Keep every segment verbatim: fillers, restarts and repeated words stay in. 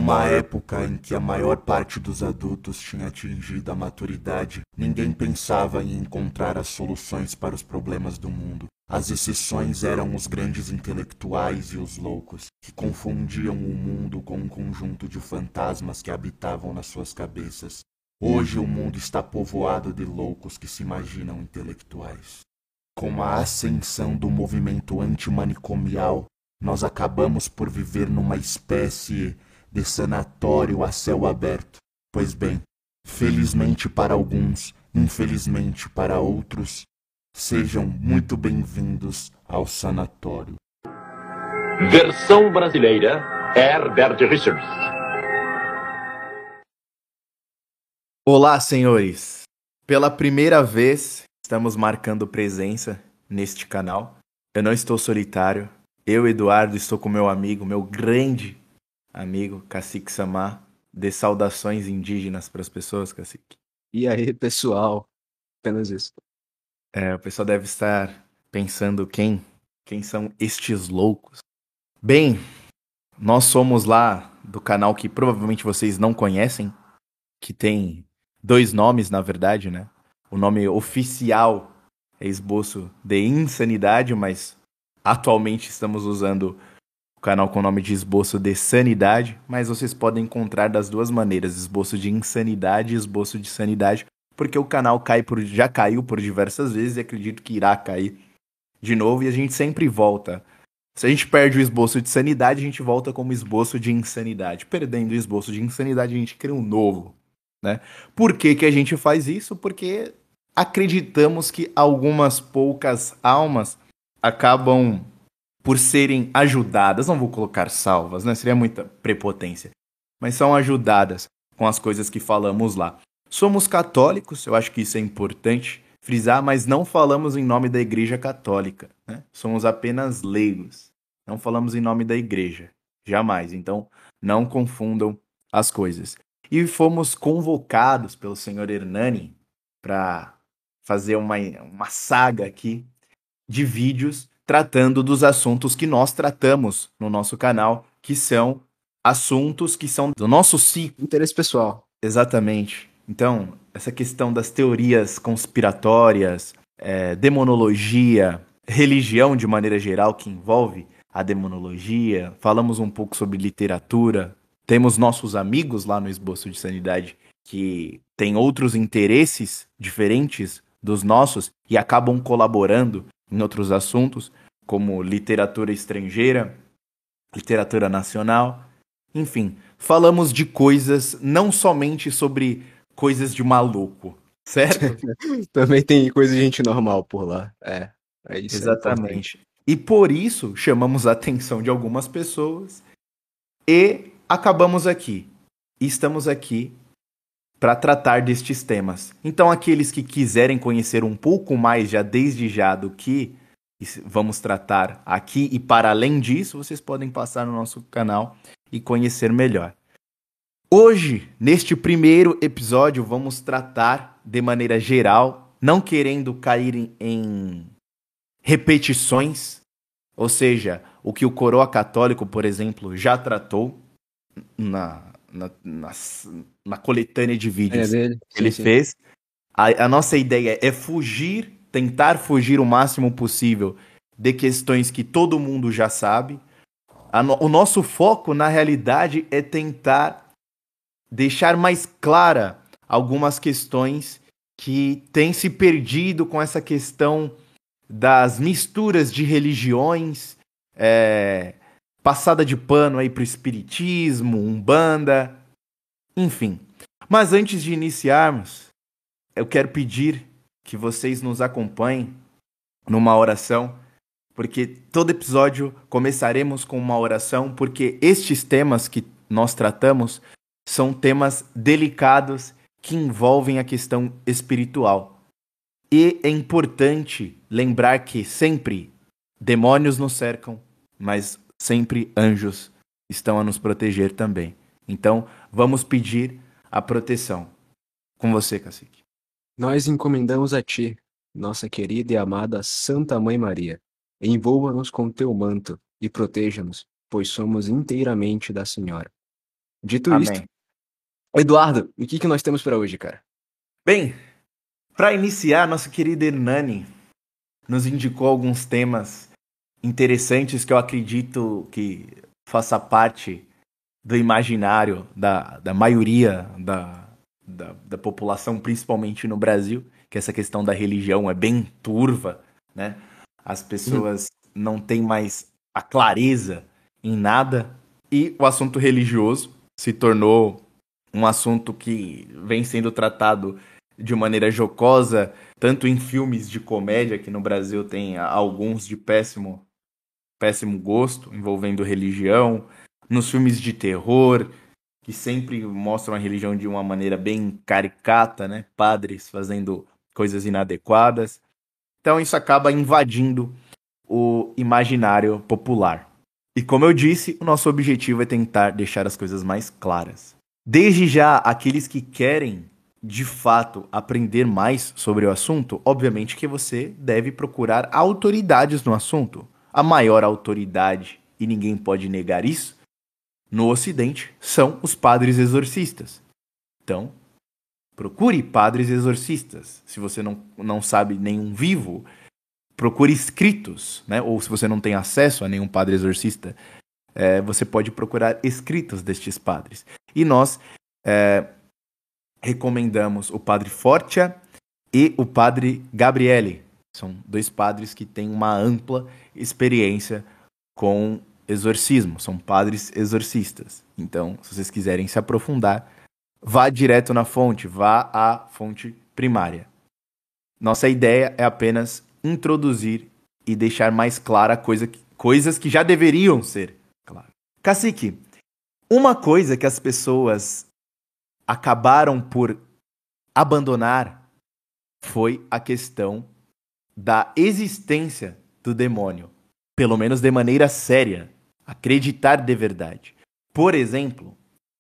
uma época em que a maior parte dos adultos tinha atingido a maturidade, ninguém pensava em encontrar as soluções para os problemas do mundo. As exceções eram os grandes intelectuais e os loucos, que confundiam o mundo com um conjunto de fantasmas que habitavam nas suas cabeças. Hoje o mundo está povoado de loucos que se imaginam intelectuais. Com a ascensão do movimento antimanicomial, nós acabamos por viver numa espécie de sanatório a céu aberto. Pois bem, felizmente para alguns, infelizmente para outros, sejam muito bem-vindos ao sanatório. Versão brasileira, Herbert Richards. Olá, senhores! Pela primeira vez, estamos marcando presença neste canal. Eu não estou solitário. Eu, Eduardo, estou com meu amigo, meu grande amigo, Cacique Samar. Dê saudações indígenas para as pessoas, Cacique. E aí, pessoal? Apenas isso. É, o pessoal deve estar pensando quem, quem são estes loucos. Bem, nós somos lá do canal que provavelmente vocês não conhecem, que tem dois nomes, na verdade, né? O nome oficial é Esboço de Insanidade, mas atualmente estamos usando o canal com o nome de Esboço de Sanidade, mas vocês podem encontrar das duas maneiras, Esboço de Insanidade e Esboço de Sanidade, porque o canal cai por, já caiu por diversas vezes e acredito que irá cair de novo, e a gente sempre volta. Se a gente perde o esboço de sanidade, a gente volta como esboço de insanidade. Perdendo o esboço de insanidade, a gente cria um novo, né? Por que que a gente faz isso? Porque acreditamos que algumas poucas almas acabam por serem ajudadas, não vou colocar salvas, né? Seria muita prepotência, mas são ajudadas com as coisas que falamos lá. Somos católicos, eu acho que isso é importante frisar, mas não falamos em nome da Igreja Católica, né? Somos apenas leigos, não falamos em nome da Igreja, jamais, então não confundam as coisas. E fomos convocados pelo senhor Hernani para fazer uma, uma saga aqui de vídeos tratando dos assuntos que nós tratamos no nosso canal, que são assuntos que são do nosso ciclo. Interesse pessoal. Exatamente. Então, essa questão das teorias conspiratórias, é, demonologia, religião de maneira geral, que envolve a demonologia, falamos um pouco sobre literatura, temos nossos amigos lá no Esboço de Sanidade que têm outros interesses diferentes dos nossos e acabam colaborando em outros assuntos, como literatura estrangeira, literatura nacional, enfim, falamos de coisas não somente sobre coisas de maluco, certo? Também tem coisa de gente normal por lá. É, é isso. Exatamente. E por isso chamamos a atenção de algumas pessoas e acabamos aqui. E estamos aqui para tratar destes temas. Então, aqueles que quiserem conhecer um pouco mais já desde já do que vamos tratar aqui e para além disso, vocês podem passar no nosso canal e conhecer melhor. Hoje, neste primeiro episódio, vamos tratar de maneira geral, não querendo cair em, em repetições, ou seja, o que o Coroa Católico, por exemplo, já tratou na, na, na, na coletânea de vídeos É dele. que ele Sim, sim. fez. A, a nossa ideia é fugir, tentar fugir o máximo possível de questões que todo mundo já sabe. A no, o nosso foco, na realidade, é tentar deixar mais clara algumas questões que têm se perdido com essa questão das misturas de religiões, é, passada de pano aí pro espiritismo, umbanda, enfim. Mas antes de iniciarmos, eu quero pedir que vocês nos acompanhem numa oração, porque todo episódio começaremos com uma oração, porque estes temas que nós tratamos são temas delicados que envolvem a questão espiritual. E é importante lembrar que sempre demônios nos cercam, mas sempre anjos estão a nos proteger também. Então, vamos pedir a proteção. Com você, Cacique. Nós encomendamos a ti, nossa querida e amada Santa Mãe Maria. Envolva-nos com teu manto e proteja-nos, pois somos inteiramente da Senhora. Dito Amém. isto, Eduardo, o que, que nós temos para hoje, cara? Bem, para iniciar, nosso querido Hernani nos indicou alguns temas interessantes que eu acredito que faça parte do imaginário da, da maioria da, da, da população, principalmente no Brasil, que essa questão da religião é bem turva, né? As pessoas não têm mais a clareza em nada, e o assunto religioso se tornou um assunto que vem sendo tratado de maneira jocosa, tanto em filmes de comédia, que no Brasil tem alguns de péssimo, péssimo gosto, envolvendo religião, nos filmes de terror, que sempre mostram a religião de uma maneira bem caricata, né? Padres fazendo coisas inadequadas. Então isso acaba invadindo o imaginário popular. E como eu disse, o nosso objetivo é tentar deixar as coisas mais claras. Desde já, aqueles que querem, de fato, aprender mais sobre o assunto, obviamente que você deve procurar autoridades no assunto. A maior autoridade, e ninguém pode negar isso, no Ocidente, são os padres exorcistas. Então, procure padres exorcistas. Se você não, não sabe nenhum vivo, procure escritos, né? Ou se você não tem acesso a nenhum padre exorcista, é, você pode procurar escritos destes padres. E nós é, recomendamos o padre Fortia e o padre Gabriele. São dois padres que têm uma ampla experiência com exorcismo. São padres exorcistas. Então, se vocês quiserem se aprofundar, vá direto na fonte, vá à fonte primária. Nossa ideia é apenas introduzir e deixar mais clara coisa que, coisas que já deveriam ser claras. Cacique, uma coisa que as pessoas acabaram por abandonar foi a questão da existência do demônio. Pelo menos de maneira séria. Acreditar de verdade. Por exemplo,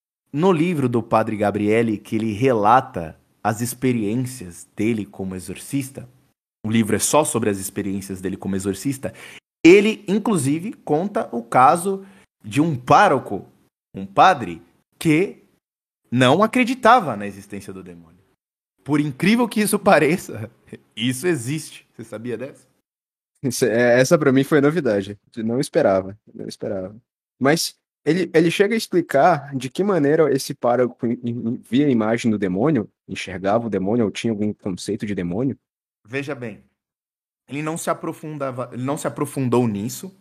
no livro do Padre Gabriele, que ele relata as experiências dele como exorcista, o livro é só sobre as experiências dele como exorcista, ele, inclusive, conta o caso de um pároco, um padre, que não acreditava na existência do demônio. Por incrível que isso pareça, isso existe. Você sabia dessa? Isso- é- Essa pra mim foi novidade. Não esperava, não esperava. Mas ele, ele chega a explicar de que maneira esse pároco en- en- via a imagem do demônio, enxergava o demônio ou tinha algum conceito de demônio. Veja bem, ele não se aprofundava, ele não se aprofundou nisso,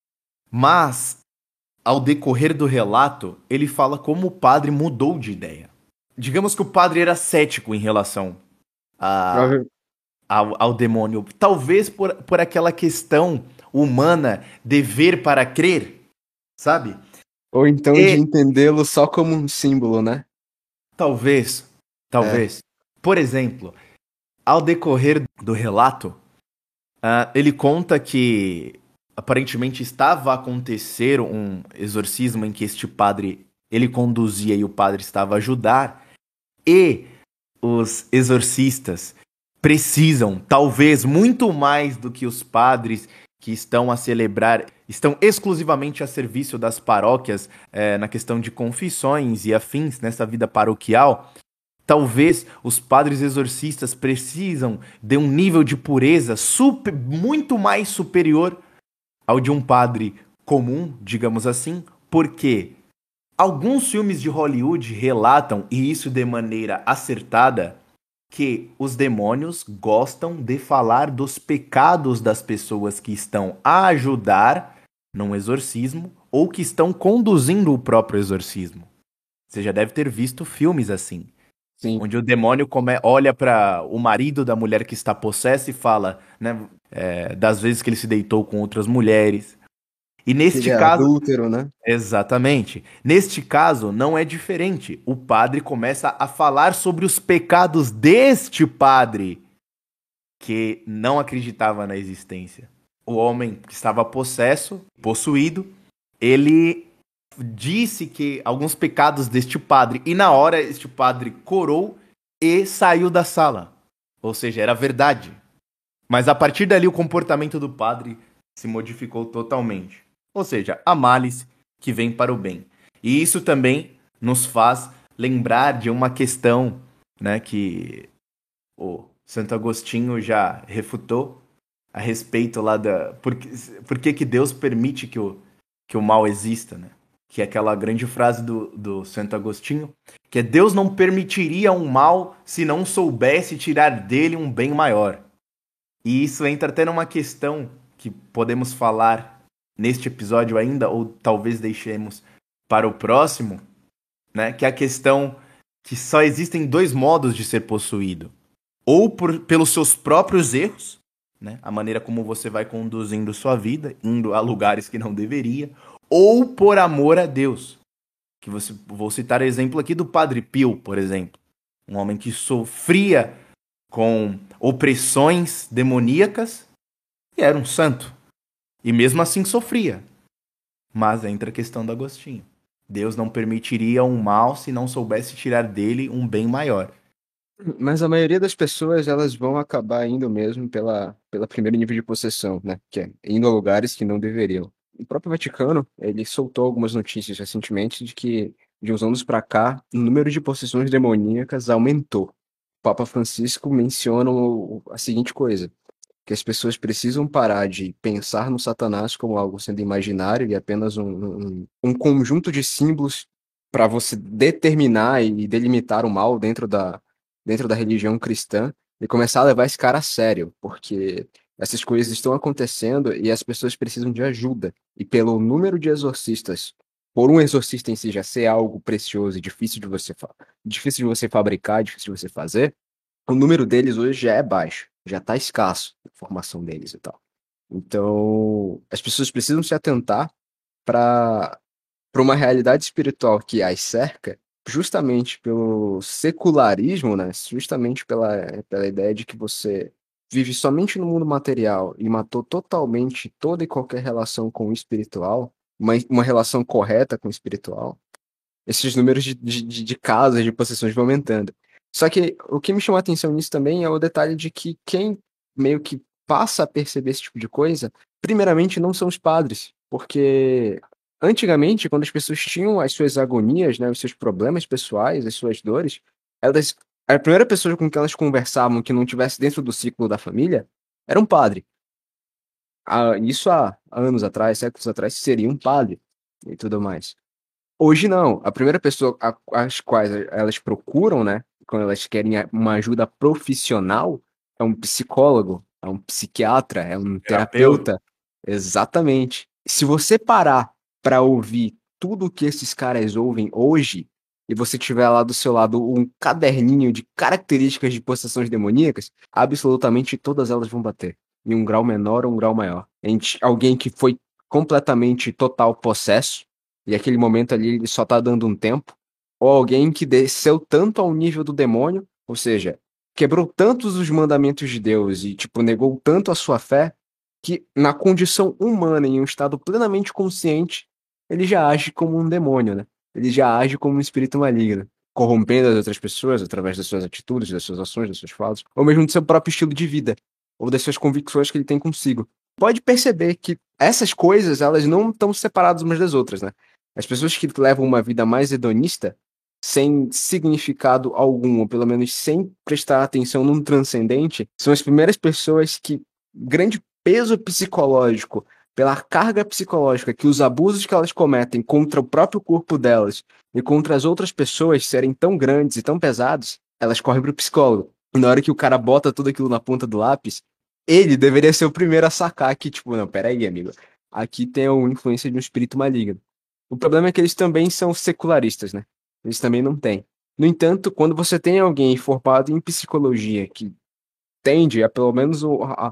mas ao decorrer do relato, ele fala como o padre mudou de ideia. Digamos que o padre era cético em relação a, Prova- ao, ao demônio, talvez por, por aquela questão humana de ver para crer, sabe? Ou então E- de entendê-lo só como um símbolo, né? Talvez, talvez. Por exemplo, ao decorrer do relato, ah, ele conta que aparentemente estava a acontecer um exorcismo em que este padre, ele conduzia e o padre estava a ajudar, e os exorcistas precisam, talvez muito mais do que os padres que estão a celebrar, estão exclusivamente a serviço das paróquias eh, na questão de confissões e afins nessa vida paroquial. Talvez os padres exorcistas precisam de um nível de pureza super, muito mais superior ao de um padre comum, digamos assim, porque alguns filmes de Hollywood relatam, e isso de maneira acertada, que os demônios gostam de falar dos pecados das pessoas que estão a ajudar num exorcismo ou que estão conduzindo o próprio exorcismo. Você já deve ter visto filmes assim, Sim. onde o demônio come- olha para o marido da mulher que está possessa e fala, né, é, das vezes que ele se deitou com outras mulheres. E neste Ele é caso, adúltero, né? exatamente. Neste caso, não é diferente. O padre começa a falar sobre os pecados deste padre que não acreditava na existência. O homem que estava possesso, possuído, ele disse que alguns pecados deste padre, e na hora este padre corou e saiu da sala. Ou seja, era verdade. Mas a partir dali o comportamento do padre se modificou totalmente. Ou seja, a malice que vem para o bem. E isso também nos faz lembrar de uma questão, né, que o Santo Agostinho já refutou a respeito lá da... Por, que- por que que Deus permite que o, que o mal exista, né? Que é aquela grande frase do, do Santo Agostinho, que é: Deus não permitiria um mal se não soubesse tirar dele um bem maior. E isso entra até numa questão que podemos falar neste episódio ainda, ou talvez deixemos para o próximo, né? Que é a questão que só existem dois modos de ser possuído. Ou por, pelos seus próprios erros, né? A maneira como você vai conduzindo sua vida, indo a lugares que não deveria, ou por amor a Deus. Que você, vou citar o exemplo aqui do Padre Pio, por exemplo. Um homem que sofria com opressões demoníacas e era um santo. E mesmo assim sofria. Mas entra a questão do Agostinho. Deus não permitiria um mal se não soubesse tirar dele um bem maior. Mas a maioria das pessoas, elas vão acabar indo mesmo pela, pela primeiro nível de possessão, né? Que é indo a lugares que não deveriam. O próprio Vaticano, ele soltou algumas notícias recentemente de que, de uns anos para cá, o número de possessões demoníacas aumentou. O Papa Francisco menciona o- a seguinte coisa: que as pessoas precisam parar de pensar no Satanás como algo sendo imaginário e apenas um, um, um conjunto de símbolos para você determinar e delimitar o mal dentro da, dentro da religião cristã, e começar a levar esse cara a sério, porque essas coisas estão acontecendo e as pessoas precisam de ajuda. E pelo número de exorcistas, por um exorcista em si já ser algo precioso e difícil de você, fa- difícil de você fabricar, difícil de você fazer, o número deles hoje já é baixo, já está escasso a formação deles e tal. Então, as pessoas precisam se atentar para para uma realidade espiritual que as cerca, justamente pelo secularismo, né? Justamente pela, pela ideia de que você vive somente no mundo material e matou totalmente toda e qualquer relação com o espiritual, uma, uma relação correta com o espiritual, esses números de, de, de de casos, de possessões vão aumentando. Só que o que me chamou a atenção nisso também é o detalhe de que quem meio que passa a perceber esse tipo de coisa, primeiramente não são os padres, porque antigamente, quando as pessoas tinham as suas agonias, né, os seus problemas pessoais, as suas dores, elas, a primeira pessoa com quem elas conversavam que não tivesse dentro do ciclo da família era um padre. Ah, isso há anos atrás, séculos atrás, seria um padre e tudo mais. Hoje não. A primeira pessoa a- as quais elas procuram, né, quando elas querem a- uma ajuda profissional, é um psicólogo, é um psiquiatra, é um Terapeuta. terapeuta. Exatamente. Se você parar para ouvir tudo que esses caras ouvem hoje, e você tiver lá do seu lado um caderninho de características de possessões demoníacas, absolutamente todas elas vão bater. Em um grau menor ou um grau maior. A gente- alguém que foi completamente total possesso, e aquele momento ali ele só tá dando um tempo, ou alguém que desceu tanto ao nível do demônio, ou seja, quebrou tantos os mandamentos de Deus e tipo negou tanto a sua fé, que na condição humana, em um estado plenamente consciente, ele já age como um demônio, né? Ele já age como um espírito maligno, corrompendo as outras pessoas através das suas atitudes, das suas ações, das suas falas, ou mesmo do seu próprio estilo de vida, ou das suas convicções que ele tem consigo. Pode perceber que essas coisas, elas não estão separadas umas das outras, né? As pessoas que levam uma vida mais hedonista, sem significado algum, ou pelo menos sem prestar atenção num transcendente, são as primeiras pessoas que grande peso psicológico, pela carga psicológica que os abusos que elas cometem contra o próprio corpo delas e contra as outras pessoas serem tão grandes e tão pesados, elas correm pro psicólogo. E na hora que o cara bota tudo aquilo na ponta do lápis, ele deveria ser o primeiro a sacar que, tipo, não, peraí, amigo, aqui tem a influência de um espírito maligno. O problema é que eles também são secularistas, né? Eles também não têm. No entanto, quando você tem alguém formado em psicologia que tende a pelo menos o, a,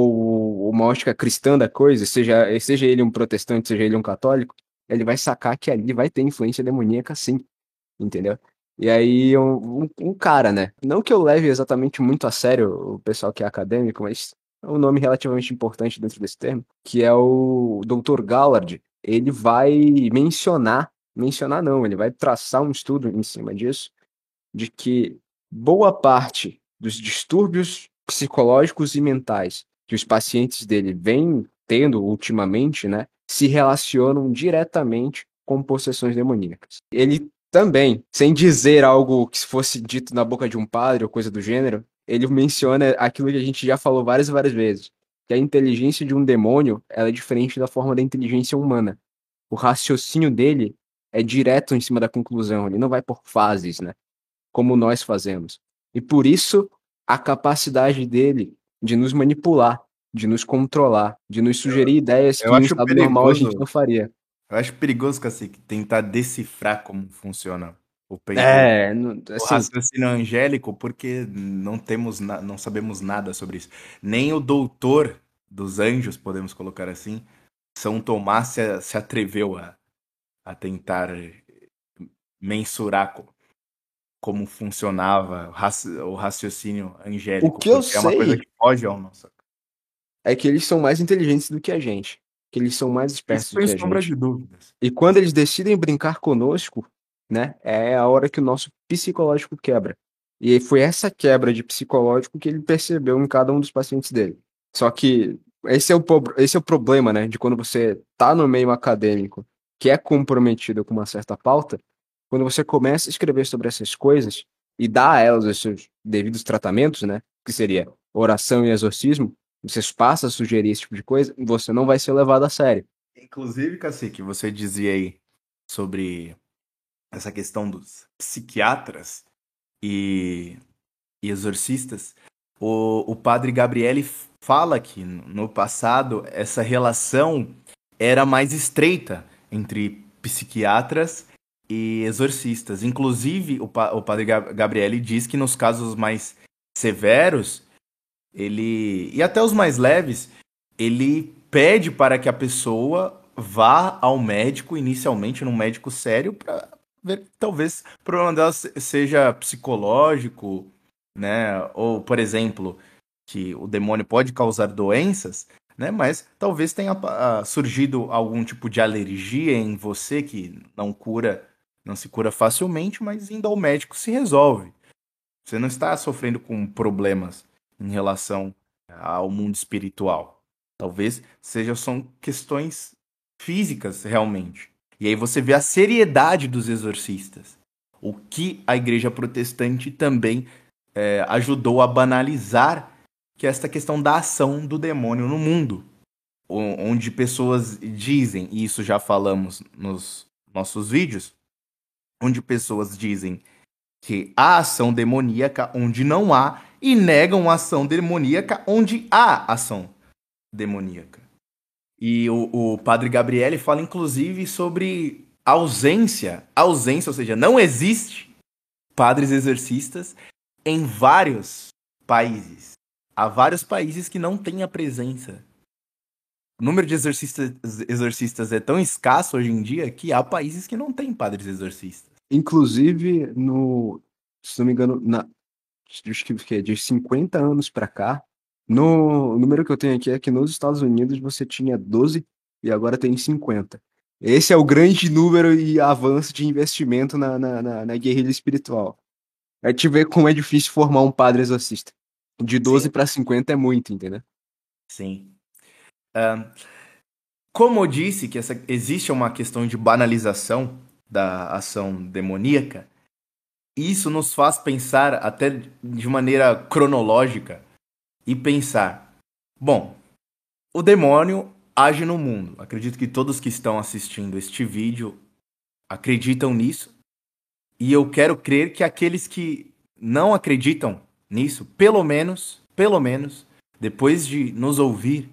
ao, uma ótica cristã da coisa, seja, seja ele um protestante, seja ele um católico, ele vai sacar que ali vai ter influência demoníaca sim, entendeu? E aí um, um, um cara, né? Não que eu leve exatamente muito a sério o pessoal que é acadêmico, mas é um nome relativamente importante dentro desse termo, que é o doutor Gallard. Ele vai mencionar, mencionar não, ele vai traçar um estudo em cima disso, de que boa parte dos distúrbios psicológicos e mentais que os pacientes dele vêm tendo ultimamente, né, se relacionam diretamente com possessões demoníacas. Ele Também, sem dizer algo que fosse dito na boca de um padre ou coisa do gênero, ele menciona aquilo que a gente já falou várias e várias vezes, que a inteligência de um demônio, ela é diferente da forma da inteligência humana. O raciocínio dele é direto em cima da conclusão, ele não vai por fases, né? Como nós fazemos. E por isso, a capacidade dele de nos manipular, de nos controlar, de nos sugerir ideias que Eu em um acho estado normal a gente perigoso. não faria. Eu acho perigoso, Cacique, tentar decifrar como funciona o, pen- o, É, não- o assim, raciocínio angélico, porque não temos na- não sabemos nada sobre isso. Nem o doutor dos anjos, podemos colocar assim, São Tomás se, se atreveu a, a tentar mensurar co- como funcionava o raci- o raciocínio o angélico, que eu porque é uma coisa sei que foge ao nosso. é que eles são mais inteligentes do que a gente, que eles são mais Isso espertos do sem que a sombra gente. de dúvidas. E quando eles decidem brincar conosco, né, é a hora que o nosso psicológico quebra. E foi essa quebra de psicológico que ele percebeu em cada um dos pacientes dele. Só que esse é o, po- esse é o problema, né, de quando você tá no meio acadêmico, que é comprometido com uma certa pauta, quando você começa a escrever sobre essas coisas e dá a elas os seus devidos tratamentos, né, que seria oração e exorcismo, você passa a sugerir esse tipo de coisa, você não vai ser levado a sério. Inclusive, Cacique, você dizia aí sobre essa questão dos psiquiatras e, e exorcistas. O, o padre Gabriele fala que no passado essa relação era mais estreita entre psiquiatras e exorcistas. Inclusive, o, pa, o padre Gabriele diz que nos casos mais severos, ele e até os mais leves, ele pede para que a pessoa vá ao médico, inicialmente num médico sério, para ver que talvez o problema dela se- seja psicológico, né? Ou, por exemplo, que o demônio pode causar doenças, né? Mas talvez tenha ah, surgido algum tipo de alergia em você que não cura, não se cura facilmente, mas indo ao médico se resolve. Você não está sofrendo com problemas em relação ao mundo espiritual. Talvez sejam são questões físicas realmente. E aí você vê a seriedade dos exorcistas. O que a igreja protestante também é, ajudou a banalizar, que é esta questão da ação do demônio no mundo. Onde pessoas dizem, e isso já falamos nos nossos vídeos, onde pessoas dizem que há ação demoníaca onde não há e negam a ação demoníaca onde há ação demoníaca. E o, o padre Gabriele fala inclusive sobre ausência, ausência, ou seja, não existe padres exorcistas em vários países. Há vários países que não têm a presença. O número de exorcistas, exorcistas é tão escasso hoje em dia que há países que não têm padres exorcistas. Inclusive, no, se não me engano, na, acho que que é de cinquenta anos para cá, no o número que eu tenho aqui é que nos Estados Unidos você tinha doze e agora tem cinquenta. Esse é o grande número e avanço de investimento na, na, na, na guerrilha espiritual. É te ver como é difícil formar um padre exorcista. De doze Sim, para cinquenta é muito, entendeu? sim. Ahn, Como eu disse que essa, existe uma questão de banalização da ação demoníaca, isso nos faz pensar até de maneira cronológica e pensar, bom, o demônio age no mundo. Acredito que todos que estão assistindo este vídeo acreditam nisso, e eu quero crer que aqueles que não acreditam nisso, pelo menos, pelo menos, depois de nos ouvir,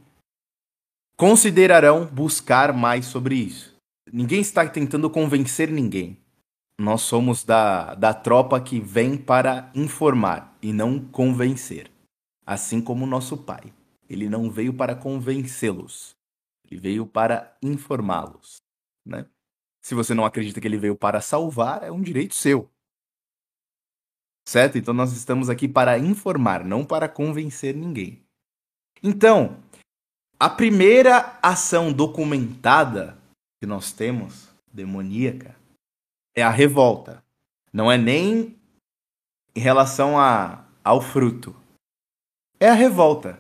considerarão buscar mais sobre isso. Ninguém está tentando convencer ninguém. Nós somos da, da tropa que vem para informar e não convencer. Assim como o nosso pai. Ele não veio para convencê-los. Ele veio para informá-los. Né? Se você não acredita que ele veio para salvar, é um direito seu. Certo? Então nós estamos aqui para informar, não para convencer ninguém. Então, a primeira ação documentada que nós temos, demoníaca, é a revolta. Não é nem em relação a, ao fruto. É a revolta.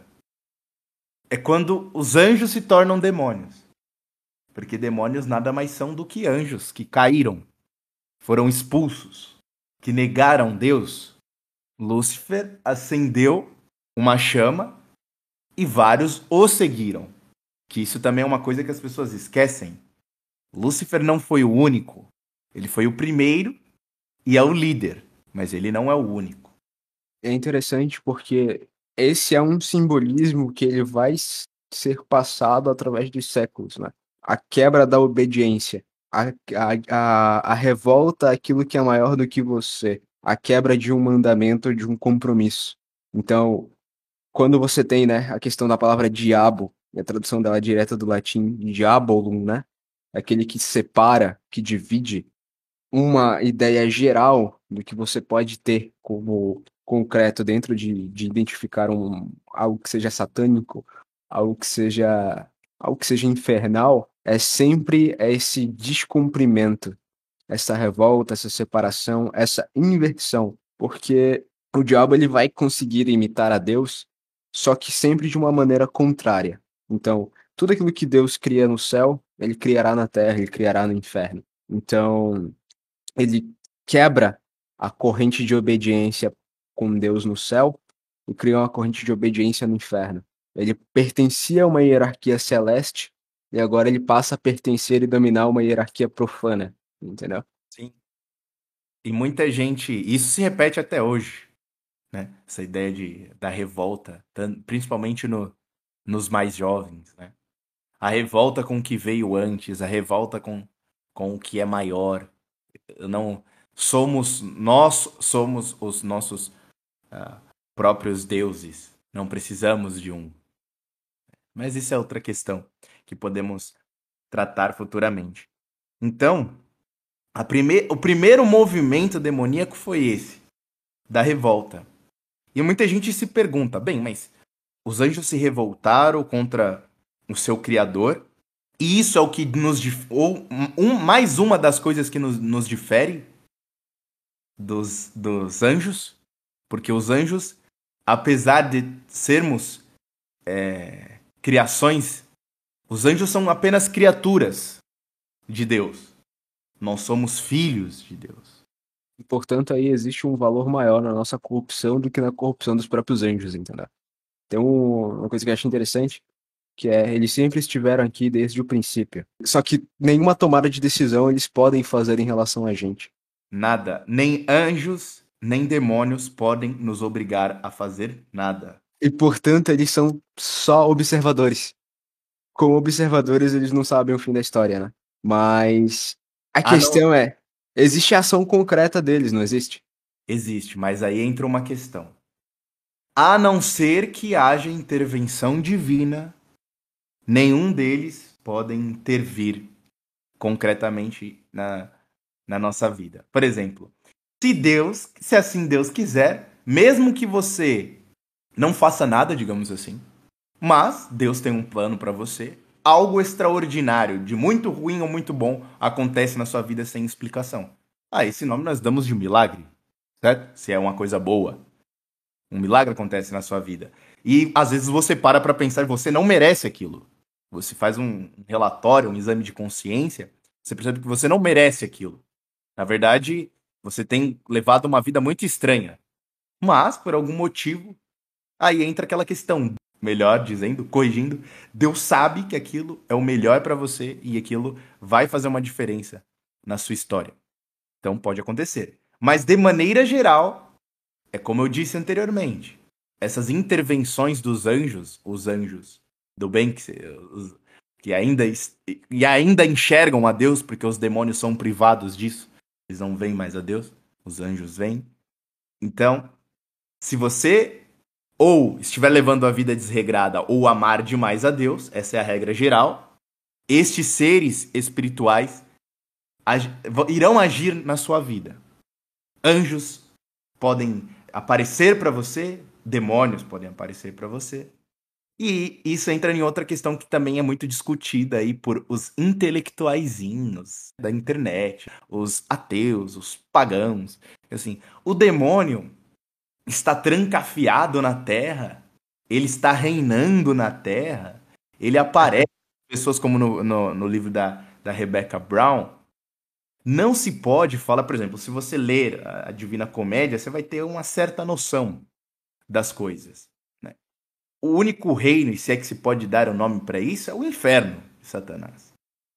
É quando os anjos se tornam demônios. Porque demônios nada mais são do que anjos que caíram. foram expulsos, que negaram Deus, Lúcifer acendeu uma chama e vários o seguiram. Que isso também é uma coisa que as pessoas esquecem. Lúcifer não foi o único. Ele foi o primeiro e é o líder, mas ele não é o único. É interessante porque esse é um simbolismo que ele vai ser passado através dos séculos, né? A quebra da obediência, a, a, a, a revolta àquilo que é maior do que você, a quebra de um mandamento, de um compromisso. Então, quando você tem, né, a questão da palavra diabo, e a tradução dela é direta do latim, diabolum, né? Aquele que separa, que divide, uma ideia geral do que você pode ter como concreto dentro de, de identificar um, algo que seja satânico, algo que seja, algo que seja infernal, é sempre esse descumprimento, essa revolta, essa separação, essa inversão, porque o diabo ele vai conseguir imitar a Deus, só que sempre de uma maneira contrária. Então, tudo aquilo que Deus cria no céu, ele criará na terra, ele criará no inferno. Então, ele quebra a corrente de obediência com Deus no céu e cria uma corrente de obediência no inferno. Ele pertencia a uma hierarquia celeste e agora ele passa a pertencer e dominar uma hierarquia profana, entendeu? Sim. E muita gente, isso se repete até hoje, né? Essa ideia de, da revolta, tan- principalmente no, nos mais jovens, né? A revolta com o que veio antes, a revolta com, com o que é maior. Não somos nós somos os nossos ah, próprios deuses. Não precisamos de um. Mas isso é outra questão que podemos tratar futuramente. Então, a prime... o primeiro movimento demoníaco foi esse, da revolta. E muita gente se pergunta, bem, mas os anjos se revoltaram contra o seu criador, e isso é o que nos dif... ou um, mais uma das coisas que nos, nos difere dos, dos anjos, porque os anjos, apesar de sermos é, criações, os anjos são apenas criaturas de Deus. Nós somos filhos de Deus. E, portanto, aí existe um valor maior na nossa corrupção do que na corrupção dos próprios anjos, entendeu? Tem um- uma coisa que eu acho interessante, que é, eles sempre estiveram aqui desde o princípio. Só que nenhuma tomada de decisão eles podem fazer em relação a gente. Nada, nem anjos, nem demônios podem nos obrigar a fazer nada. E, portanto, eles são só observadores. Como observadores, eles não sabem o fim da história, né? Mas a Ah, não. questão é, existe ação concreta deles, não existe? Existe, mas aí entra uma questão. A não ser que haja intervenção divina, nenhum deles podem intervir concretamente na, na nossa vida. Por exemplo, se Deus, se assim Deus quiser, mesmo que você não faça nada, digamos assim, mas Deus tem um plano para você, algo extraordinário, de muito ruim ou muito bom, acontece na sua vida sem explicação. Ah, esse nome nós damos de milagre, certo? Se é uma coisa boa. Um milagre acontece na sua vida. E às vezes você para para pensar, você não merece aquilo. Você faz um relatório, um exame de consciência, você percebe que você não merece aquilo. Na verdade, você tem levado uma vida muito estranha. Mas, por algum motivo, aí entra aquela questão, melhor dizendo, corrigindo, Deus sabe que aquilo é o melhor para você e aquilo vai fazer uma diferença na sua história. Então pode acontecer. Mas de maneira geral, é como eu disse anteriormente, essas intervenções dos anjos, os anjos do bem, que, os, que ainda, e ainda enxergam a Deus, porque os demônios são privados disso, eles não veem mais a Deus, os anjos veem. Então, se você ou estiver levando a vida desregrada ou amar demais a Deus, essa é a regra geral, estes seres espirituais ag- irão agir na sua vida. Anjos podem aparecer para você, demônios podem aparecer para você. E isso entra em outra questão que também é muito discutida aí por os intelectuaizinhos da internet, os ateus, os pagãos. Assim, o demônio está trancafiado na Terra, ele está reinando na Terra, ele aparece, pessoas como no, no, no livro da, da Rebecca Brown, Não se pode falar, por exemplo, se você ler a Divina Comédia, você vai ter uma certa noção das coisas, né? O único reino, e se é que se pode dar o nome para isso, é o inferno de Satanás.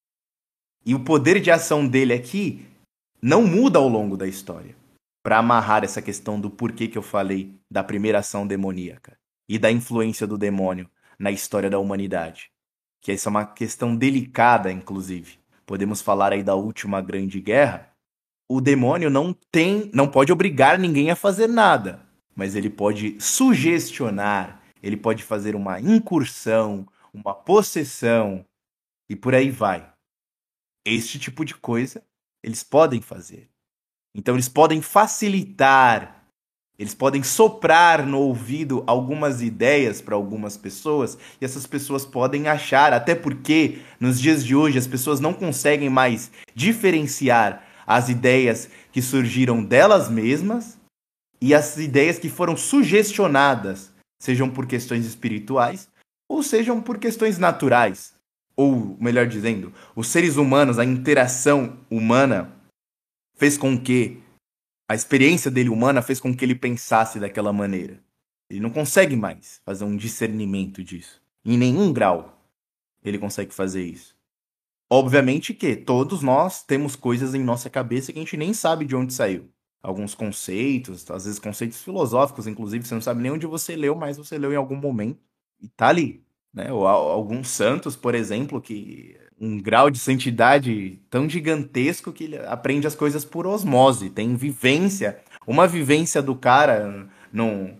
E o poder de ação dele aqui não muda ao longo da história. Para amarrar essa questão do porquê que eu falei da primeira ação demoníaca e da influência do demônio na história da humanidade. Que essa é uma questão delicada, inclusive. Podemos falar aí da última grande guerra. O demônio não tem, não pode obrigar ninguém a fazer nada, mas ele pode sugestionar, ele pode fazer uma incursão, uma possessão e por aí vai. Este tipo de coisa eles podem fazer. Então eles podem facilitar, eles podem soprar no ouvido algumas ideias para algumas pessoas e essas pessoas podem achar, até porque nos dias de hoje as pessoas não conseguem mais diferenciar as ideias que surgiram delas mesmas e as ideias que foram sugestionadas, sejam por questões espirituais ou sejam por questões naturais. Ou, melhor dizendo, os seres humanos, a interação humana fez com que a experiência dele humana fez com que ele pensasse daquela maneira. Ele não consegue mais fazer um discernimento disso. Em nenhum grau ele consegue fazer isso. Obviamente que todos nós temos coisas em nossa cabeça que a gente nem sabe de onde saiu. Alguns conceitos, às vezes conceitos filosóficos, inclusive, você não sabe nem onde você leu, mas você leu em algum momento e tá ali. Né? Ou alguns santos, por exemplo, que um grau de santidade tão gigantesco que ele aprende as coisas por osmose, tem vivência, uma vivência do cara num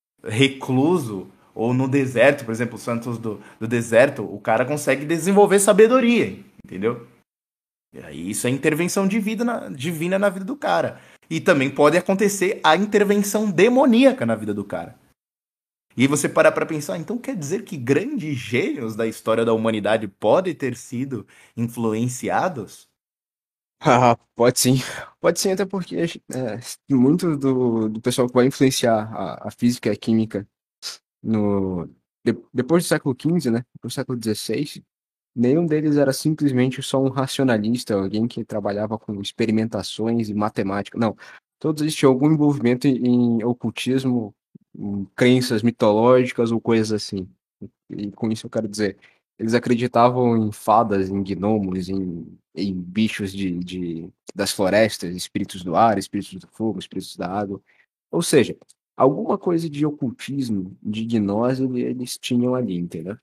recluso ou no deserto, por exemplo, os santos do, do deserto, o cara consegue desenvolver sabedoria, entendeu? E aí isso é intervenção divina na, divina na vida do cara. E também pode acontecer a intervenção demoníaca na vida do cara. E aí você parar pra pensar, então quer dizer que grandes gênios da história da humanidade podem ter sido influenciados? Ah, pode sim. Pode sim, até porque é, muito do, do pessoal que vai influenciar a, a física e a química no, de- depois do século quinze, né? Pro século dezesseis, nenhum deles era simplesmente só um racionalista, alguém que trabalhava com experimentações e matemática. Não, todos eles tinham algum envolvimento em, em ocultismo, em crenças mitológicas ou coisas assim. E com isso eu quero dizer, eles acreditavam em fadas, em gnomos, em, em bichos de, de, das florestas, espíritos do ar, espíritos do fogo, espíritos da água. Ou seja, alguma coisa de ocultismo, de gnose, eles tinham ali, entendeu?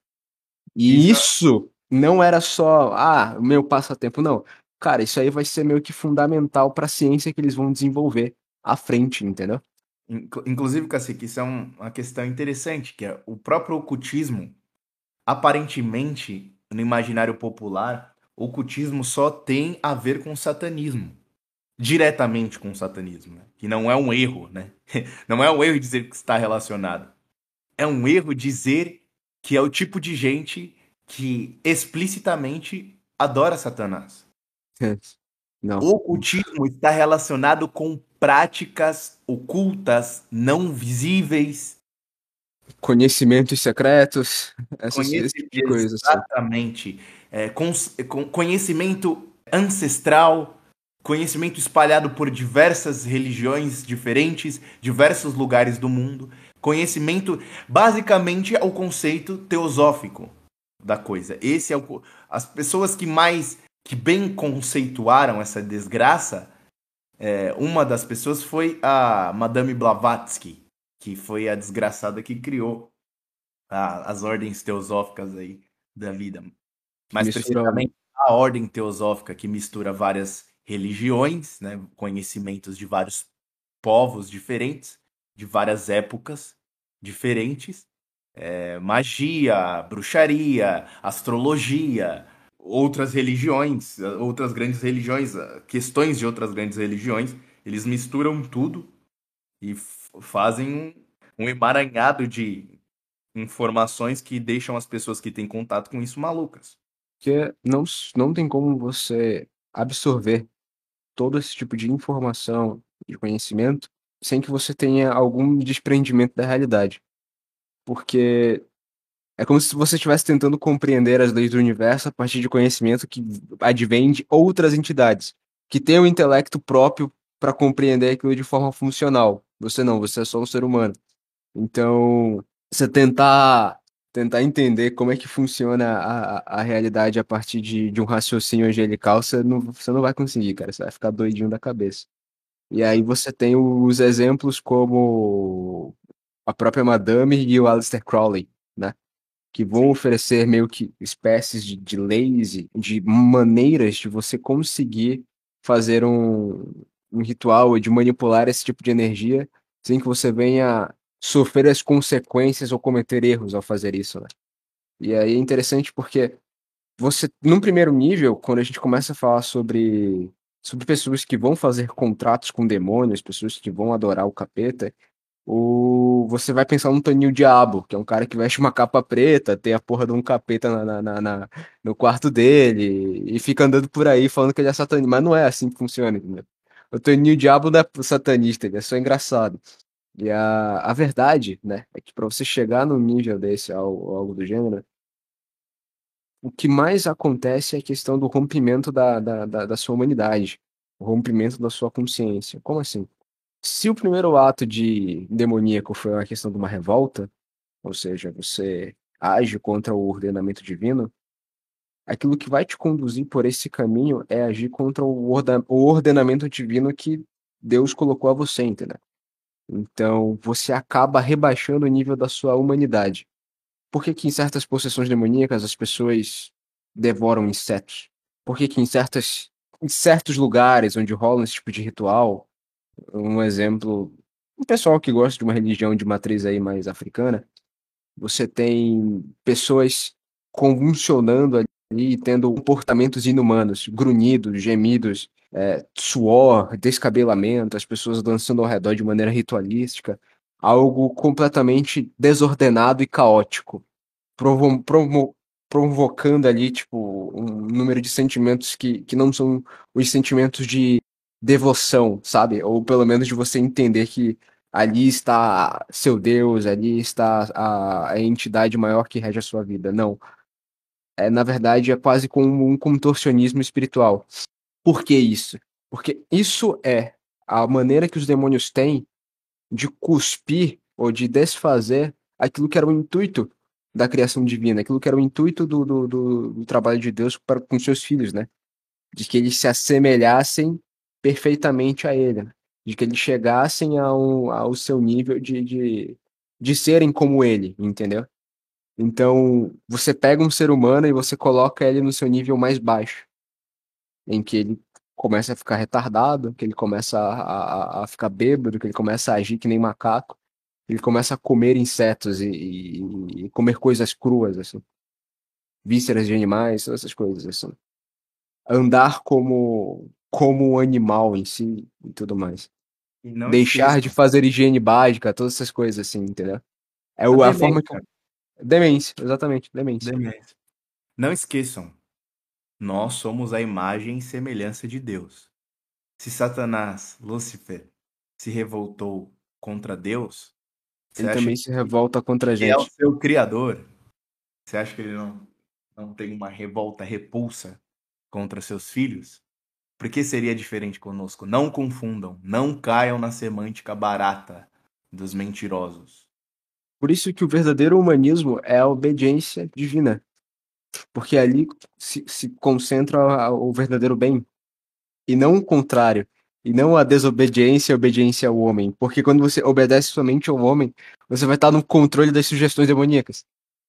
E Isso, isso não era só, ah, o meu passatempo, não. Cara, isso aí vai ser meio que fundamental para a ciência que eles vão desenvolver à frente, entendeu? inclu- inclusive, Cacique, isso é um- uma questão interessante, que é o próprio ocultismo, aparentemente, no imaginário popular, o ocultismo só tem a ver com o satanismo. Diretamente com o satanismo, né? Que não é um erro, né? Não é um erro dizer que está relacionado. É um erro dizer que é o tipo de gente que explicitamente adora Satanás. Não. O ocultismo está relacionado com práticas ocultas, não visíveis, Conhecimentos secretos, essas, esse conhece tipo de coisa, assim. exatamente, é, cons- com- conhecimento ancestral, conhecimento espalhado por diversas religiões diferentes, diversos lugares do mundo, conhecimento basicamente é o conceito teosófico da coisa. Esse é o co- as pessoas que mais que bem conceituaram essa desgraça. É, uma das pessoas foi a Madame Blavatsky, que foi a desgraçada que criou a- as ordens teosóficas aí da vida. Que Mais misturam. precisamente, a ordem teosófica que mistura várias religiões, né, conhecimentos de vários povos diferentes, de várias épocas diferentes, é, magia, bruxaria, astrologia, outras religiões, outras grandes religiões, questões de outras grandes religiões, eles misturam tudo e f- fazem um, um emaranhado de informações que deixam as pessoas que têm contato com isso malucas. Porque não, s- não tem como você absorver todo esse tipo de informação, de conhecimento, sem que você tenha algum desprendimento da realidade. Porque é como se você estivesse tentando compreender as leis do universo a partir de conhecimento que advém de outras entidades, que tem um intelecto próprio para compreender aquilo de forma funcional. Você não, você é só um ser humano. Então, você tentar tentar entender como é que funciona a, a a realidade a partir de, de um raciocínio angelical, você não, você não vai conseguir, cara. Você vai ficar doidinho da cabeça. E aí você tem os exemplos como a própria Madame e o Aleister Crowley, né? Que vão oferecer meio que espécies de, de leis, e de maneiras de você conseguir fazer um, um ritual e de manipular esse tipo de energia sem que você venha sofrer as consequências ou cometer erros ao fazer isso, né? E aí é interessante porque você, num primeiro nível, quando a gente começa a falar sobre, sobre pessoas que vão fazer contratos com demônios, pessoas que vão adorar o capeta, o, você vai pensar no Toninho Diabo, que é um cara que veste uma capa preta, tem a porra de um capeta na, na, na- na- no quarto dele, e fica andando por aí falando que ele é satanista. Mas não é assim que funciona, entendeu? O Toninho Diabo não é satanista, ele é só engraçado. E a, a verdade, né, é que pra você chegar num nível desse, ou algo do gênero, o que mais acontece é a questão do rompimento da, da, da, da sua humanidade, o rompimento da sua consciência. Como assim? Se o primeiro ato de demoníaco foi a questão de uma revolta, ou seja, você age contra o ordenamento divino, aquilo que vai te conduzir por esse caminho é agir contra o, orda- o ordenamento divino que Deus colocou a você, entendeu? Então, você acaba rebaixando o nível da sua humanidade. Por que que em certas possessões demoníacas as pessoas devoram insetos? Por que que em certas, em certos lugares onde rola esse tipo de ritual, um exemplo, um pessoal que gosta de uma religião de matriz aí mais africana, você tem pessoas convulsionando ali, tendo comportamentos inumanos, grunhidos, gemidos, é, suor, descabelamento, as pessoas dançando ao redor de maneira ritualística, algo completamente desordenado e caótico, provo provo provocando ali, tipo, um número de sentimentos que, que não são os sentimentos de devoção, sabe? Ou pelo menos de você entender que ali está seu Deus, ali está a, a entidade maior que rege a sua vida. Não. É, na verdade, é quase como um contorcionismo espiritual. Por que isso? Porque isso é a maneira que os demônios têm de cuspir ou de desfazer aquilo que era o intuito da criação divina, aquilo que era o intuito do, do, do, do trabalho de Deus para com seus filhos, né? De que eles se assemelhassem perfeitamente a ele, né? De que eles chegassem ao, ao seu nível de, de, de serem como ele, entendeu? Então, você pega um ser humano e você coloca ele no seu nível mais baixo, em que ele começa a ficar retardado, que ele começa a, a, a ficar bêbado, que ele começa a agir que nem macaco, ele começa a comer insetos e, e- e comer coisas cruas, assim, vísceras de animais, todas essas coisas, assim. Andar como, como um animal em si e tudo mais. E não Deixar de esqueçam, fazer higiene básica, todas essas coisas, assim, entendeu? É a o- a forma que. demência, Demência, exatamente, demência. demência. Não esqueçam, nós somos a imagem e semelhança de Deus. Se Satanás, Lúcifer, se revoltou contra Deus, você Ele acha também que se revolta contra a ele é o gente. seu criador? Você acha que ele não, não tem uma revolta, repulsa contra seus filhos? Por que seria diferente conosco? Não confundam, não caiam na semântica barata dos mentirosos. Por isso que o verdadeiro humanismo é a obediência divina, porque ali se, se concentra a- o verdadeiro bem, e não o contrário, e não a desobediência e a obediência ao homem, porque quando você obedece somente ao homem, você vai estar no controle das sugestões demoníacas.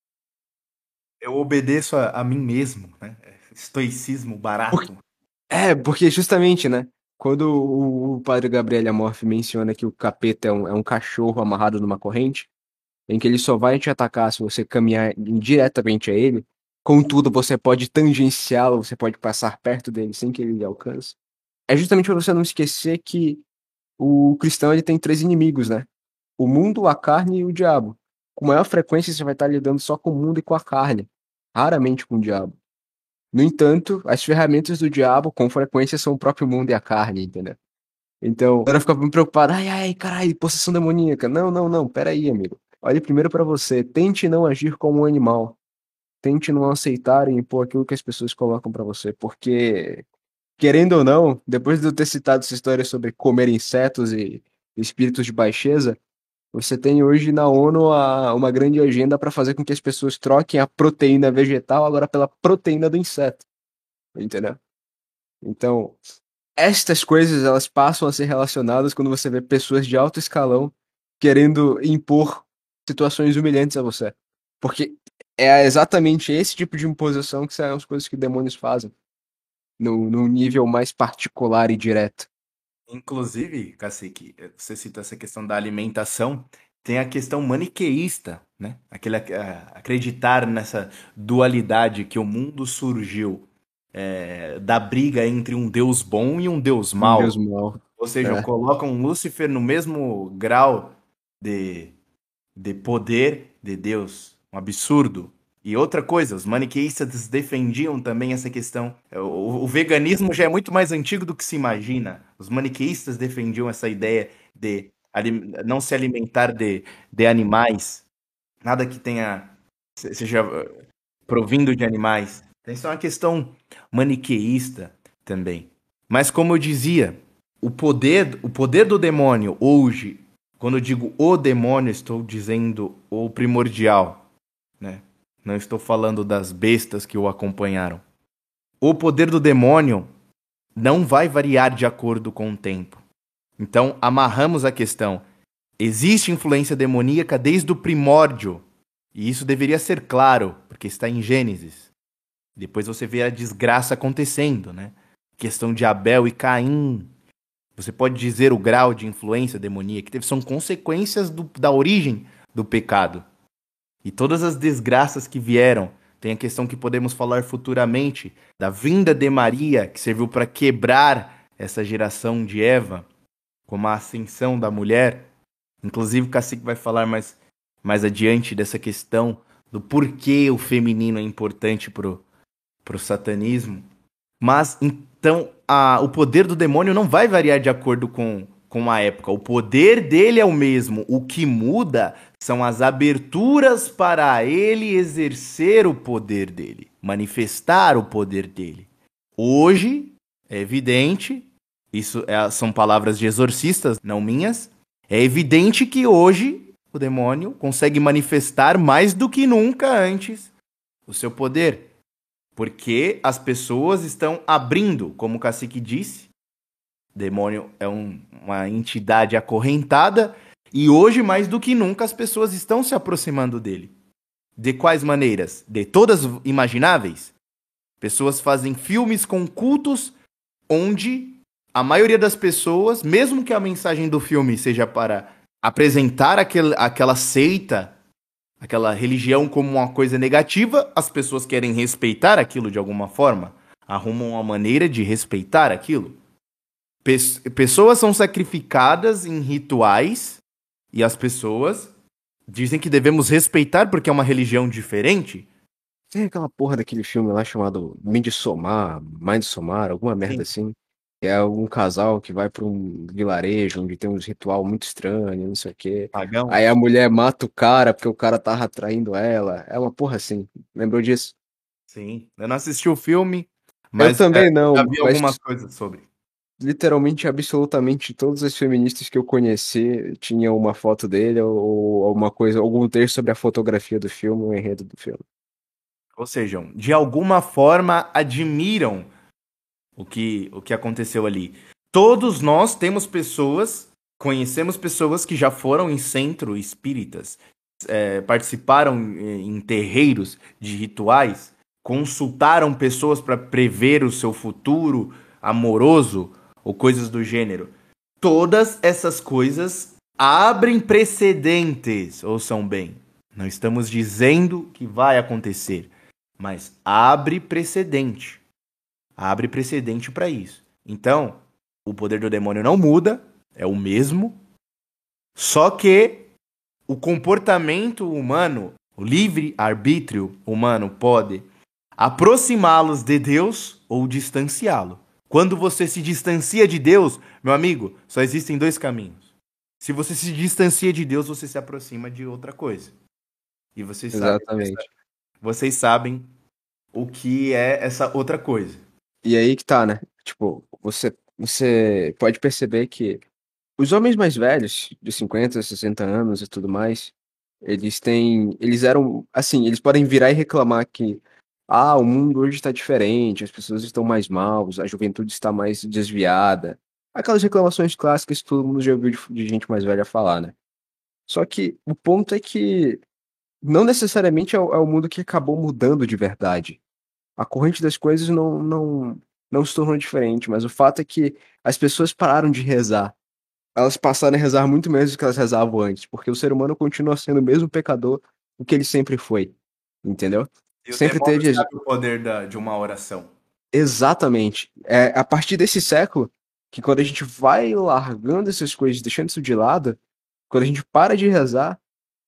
Eu obedeço a, a mim mesmo, né? Estoicismo Por- barato. É, porque justamente, né, quando o, o padre Gabriel Amorf menciona que o capeta é um, é um cachorro amarrado numa corrente, em que ele só vai te atacar se você caminhar diretamente a ele, contudo você pode tangenciá-lo, você pode passar perto dele sem que ele lhe alcance. É justamente para você não esquecer que o cristão ele tem três inimigos, né? O mundo, a carne e o diabo. Com maior frequência você vai estar lidando só com o mundo e com a carne, raramente com o diabo. No entanto, as ferramentas do diabo com frequência são o próprio mundo e a carne, entendeu? Então, a galera fica muito preocupada, ai, ai, caralho, possessão demoníaca. Não, não, não, pera aí, amigo. Olhe primeiro pra você, tente não agir como um animal. Tente não aceitar e impor aquilo que as pessoas colocam pra você, porque querendo ou não, depois de eu ter citado essa história sobre comer insetos e espíritos de baixeza, você tem hoje na ONU a- uma grande agenda para fazer com que as pessoas troquem a proteína vegetal agora pela proteína do inseto, entendeu? Então, estas coisas elas passam a ser relacionadas quando você vê pessoas de alto escalão querendo impor situações humilhantes a você. Porque é exatamente esse tipo de imposição que são as coisas que demônios fazem, no, num nível mais particular e direto. Inclusive, Cacique, eh, você citou essa questão da alimentação, tem a questão maniqueísta, né? Aquele ac- ah, acreditar nessa dualidade que o mundo surgiu eh, da briga entre um Deus bom e um Deus Um Deus mau. mau. Ou seja, É. colocam Lúcifer no mesmo grau de, de poder de Deus. Um absurdo. E outra coisa, os maniqueístas defendiam também essa questão. O, o veganismo já é muito mais antigo do que se imagina. Os maniqueístas defendiam essa ideia de alim- não se alimentar de, de animais, nada que tenha se- seja eh, provindo de animais. Então, isso é uma questão maniqueísta também. Mas como eu dizia, o poder, o poder do demônio hoje, quando eu digo o demônio, estou dizendo o primordial, né? Não estou falando das bestas que o acompanharam. O poder do demônio não vai variar de acordo com o tempo. Então, amarramos a questão. Existe influência demoníaca desde o primórdio. E isso deveria ser claro, porque está em Gênesis. Depois você vê a desgraça acontecendo, né? Questão de Abel e Caim. Você pode dizer o grau de influência demoníaca que teve, são consequências do- da origem do pecado. E todas as desgraças que vieram, tem a questão que podemos falar futuramente da vinda de Maria, que serviu para quebrar essa geração de Eva, como a ascensão da mulher. Inclusive, o Cacique vai falar mais, mais adiante dessa questão do porquê o feminino é importante pro, pro satanismo. Mas então a, o poder do demônio não vai variar de acordo com, com a época. O poder dele é o mesmo. O que muda são as aberturas para ele exercer o poder dele, manifestar o poder dele. Hoje é evidente, isso é- são palavras de exorcistas, não minhas. É evidente que hoje o demônio consegue manifestar mais do que nunca antes o seu poder. Porque as pessoas estão abrindo, como o Cacique disse, demônio é um- uma entidade acorrentada, e hoje, mais do que nunca, as pessoas estão se aproximando dele. De quais maneiras? De todas imagináveis. Pessoas fazem filmes com cultos onde a maioria das pessoas, mesmo que a mensagem do filme seja para apresentar aquele, aquela seita, aquela religião como uma coisa negativa, as pessoas querem respeitar aquilo de alguma forma, arrumam uma maneira de respeitar aquilo. Pes- pessoas são sacrificadas em rituais e as pessoas dizem que devemos respeitar porque é uma religião diferente. Tem aquela porra daquele filme lá chamado Midsommar, Midsommar, alguma merda Sim. assim. Que é um casal que vai pra um vilarejo onde tem uns ritual muito estranho, não sei o quê. Pagão? Aí a mulher mata o cara porque o cara tava atraindo ela. É uma porra assim. Lembrou disso? Sim. Eu não assisti o filme, Eu mas é, também não, já vi mas algumas coisas sobre. literalmente, absolutamente todas as feministas que eu conheci tinham uma foto dele ou alguma coisa, algum texto sobre a fotografia do filme, o enredo do filme. Ou seja, de alguma forma admiram o que, o que aconteceu ali. Todos nós temos pessoas, conhecemos pessoas que já foram em centro espíritas, é, participaram em em terreiros de rituais, consultaram pessoas para prever o seu futuro amoroso ou coisas do gênero. Todas essas coisas abrem precedentes, ouçam bem. Não estamos dizendo que vai acontecer, mas abre precedente. Abre precedente para isso. Então, o poder do demônio não muda, é o mesmo, só que o comportamento humano, o livre-arbítrio humano pode aproximá-los de Deus ou distanciá-lo. Quando você se distancia de Deus, meu amigo, só existem dois caminhos. Se você se distancia de Deus, você se aproxima de outra coisa. E vocês sabem, Exatamente. vocês sabem o que é essa outra coisa. E aí que tá, né? Tipo, você, você pode perceber que os homens mais velhos, de cinquenta, sessenta anos e tudo mais, eles têm. Eles eram. Assim, eles podem virar e reclamar que. Ah, o mundo hoje está diferente, as pessoas estão mais maus, a juventude está mais desviada. Aquelas reclamações clássicas que todo mundo já ouviu de, de gente mais velha falar, né? Só que o ponto é que não necessariamente é o, é o mundo que acabou mudando de verdade. A corrente das coisas não, não, não se tornou diferente, mas o fato é que as pessoas pararam de rezar. Elas passaram a rezar muito menos do que elas rezavam antes, porque o ser humano continua sendo o mesmo pecador o que ele sempre foi, entendeu? E o Sempre demônio teve sabe o poder da, de uma oração. exatamente. É a partir desse século que quando a gente vai largando essas coisas, deixando isso de lado, quando a gente para de rezar,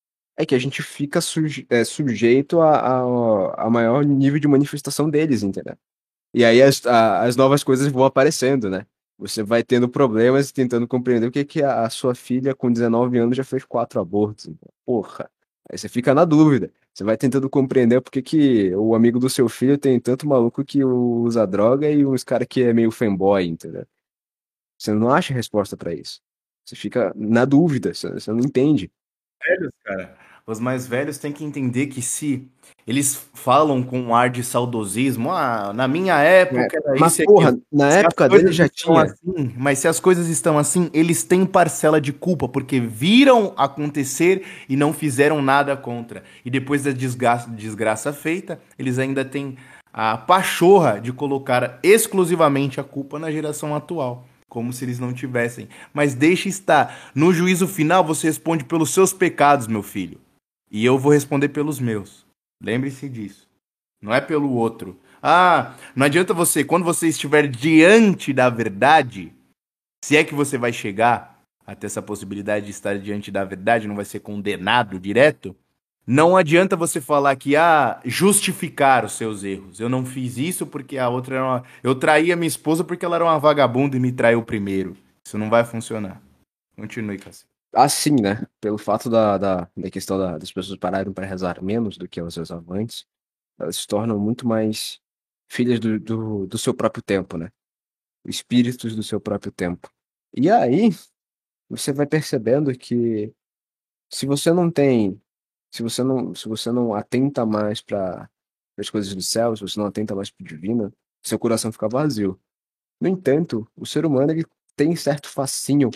é que a gente fica suje é, sujeito a, a, a maior nível de manifestação deles, entendeu? E aí as, a- as novas coisas vão aparecendo, né? Você vai tendo problemas e tentando compreender o que que a, a sua filha com dezenove anos já fez quatro abortos. Então, porra. Aí você fica na dúvida. Você vai tentando compreender por que que o amigo do seu filho tem tanto maluco que usa droga e uns cara que é meio fanboy, entendeu? Você não acha resposta pra isso. Você fica na dúvida, você, você não entende. Velhos, cara. Os mais velhos têm que entender que se eles falam com um ar de saudosismo, ah, na minha É, época era mas, isso e aquilo. porra, na Se as época dele coisas já estão tinha. assim, mas se as coisas estão assim, eles têm parcela de culpa, porque viram acontecer e não fizeram nada contra. E depois da desgraça, desgraça feita, eles ainda têm a pachorra de colocar exclusivamente a culpa na geração atual. Como se eles não tivessem. Mas deixe estar. No juízo final, você responde pelos seus pecados, meu filho. E eu vou responder pelos meus. Lembre-se disso. Não é pelo outro. Ah, não adianta você, quando você estiver diante da verdade, se é que você vai chegar até essa possibilidade de estar diante da verdade, não vai ser condenado direto. Não adianta você falar que, ah, justificar os seus erros. Eu não fiz isso porque a outra era uma... Eu traí a minha esposa porque ela era uma vagabunda e me traiu primeiro. Isso não vai funcionar. Continue, Cassi. Assim, né? Pelo fato da, da, da questão da- das pessoas pararem para rezar menos do que elas rezavam antes, elas se tornam muito mais filhas do, do, do seu próprio tempo, né? Espíritos do seu próprio tempo. E aí, você vai percebendo que se você não tem, se você não, se você não atenta mais para as coisas do céu, se você não atenta mais para o divino, seu coração fica vazio. No entanto, o ser humano ele tem certo fascínio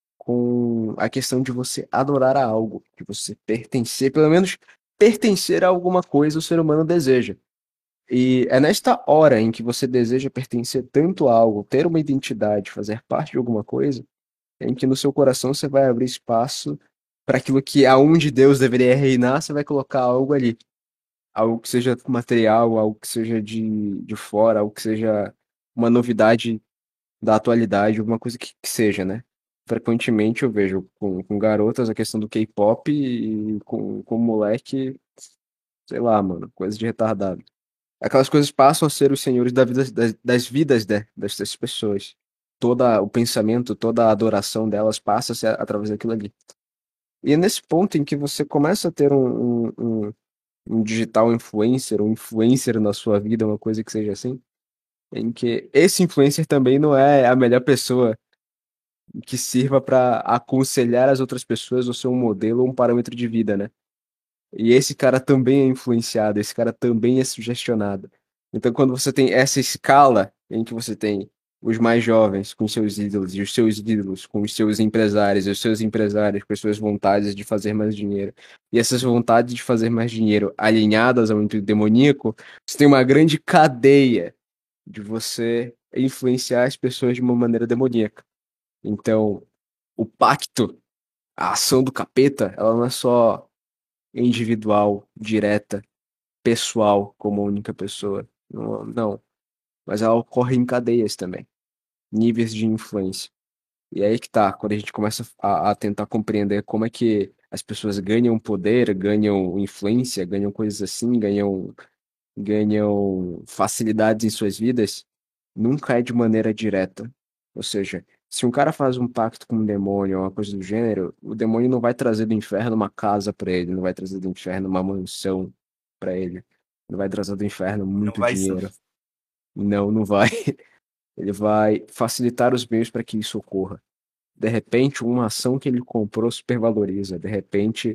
com a questão de você adorar a algo, de você pertencer, pelo menos pertencer a alguma coisa o ser humano deseja. E é nesta hora em que você deseja pertencer tanto a algo, ter uma identidade, fazer parte de alguma coisa, em que no seu coração você vai abrir espaço para aquilo que aonde Deus deveria reinar, você vai colocar algo ali. Algo que seja material, algo que seja de, de fora, algo que seja uma novidade da atualidade, alguma coisa que, que seja, né? Frequentemente eu vejo com, com garotas a questão do K-pop e com, com moleque, sei lá, mano, coisa de retardado. Aquelas coisas passam a ser os senhores da vida, das, das vidas né, dessas pessoas. Toda o pensamento, toda a adoração delas passa a ser através daquilo ali. E é nesse ponto em que você começa a ter um, um, um, um digital influencer, um influencer na sua vida, uma coisa que seja assim, em que esse influencer também não é a melhor pessoa que sirva para aconselhar as outras pessoas ou ser um modelo ou um parâmetro de vida, né? E esse cara também é influenciado, esse cara também é sugestionado. Então, quando você tem essa escala em que você tem os mais jovens com seus ídolos e os seus ídolos com os seus empresários, e os seus empresários com as suas vontades de fazer mais dinheiro, e essas vontades de fazer mais dinheiro alinhadas ao intuito demoníaco, você tem uma grande cadeia de você influenciar as pessoas de uma maneira demoníaca. Então, o pacto, a ação do capeta, ela não é só individual, direta, pessoal, como única pessoa. Não, não. Mas ela ocorre em cadeias também, níveis de influência. E é aí que tá, quando a gente começa a, a tentar compreender como é que as pessoas ganham poder, ganham influência, ganham coisas assim, ganham, ganham facilidades em suas vidas, nunca é de maneira direta. Ou seja, se um cara faz um pacto com um demônio ou uma coisa do gênero, o demônio não vai trazer do inferno uma casa para ele, não vai trazer do inferno uma mansão para ele, não vai trazer do inferno Não muito vai sim. dinheiro. Não, não vai. Ele vai facilitar os meios para que isso ocorra. De repente, uma ação que ele comprou supervaloriza. De repente,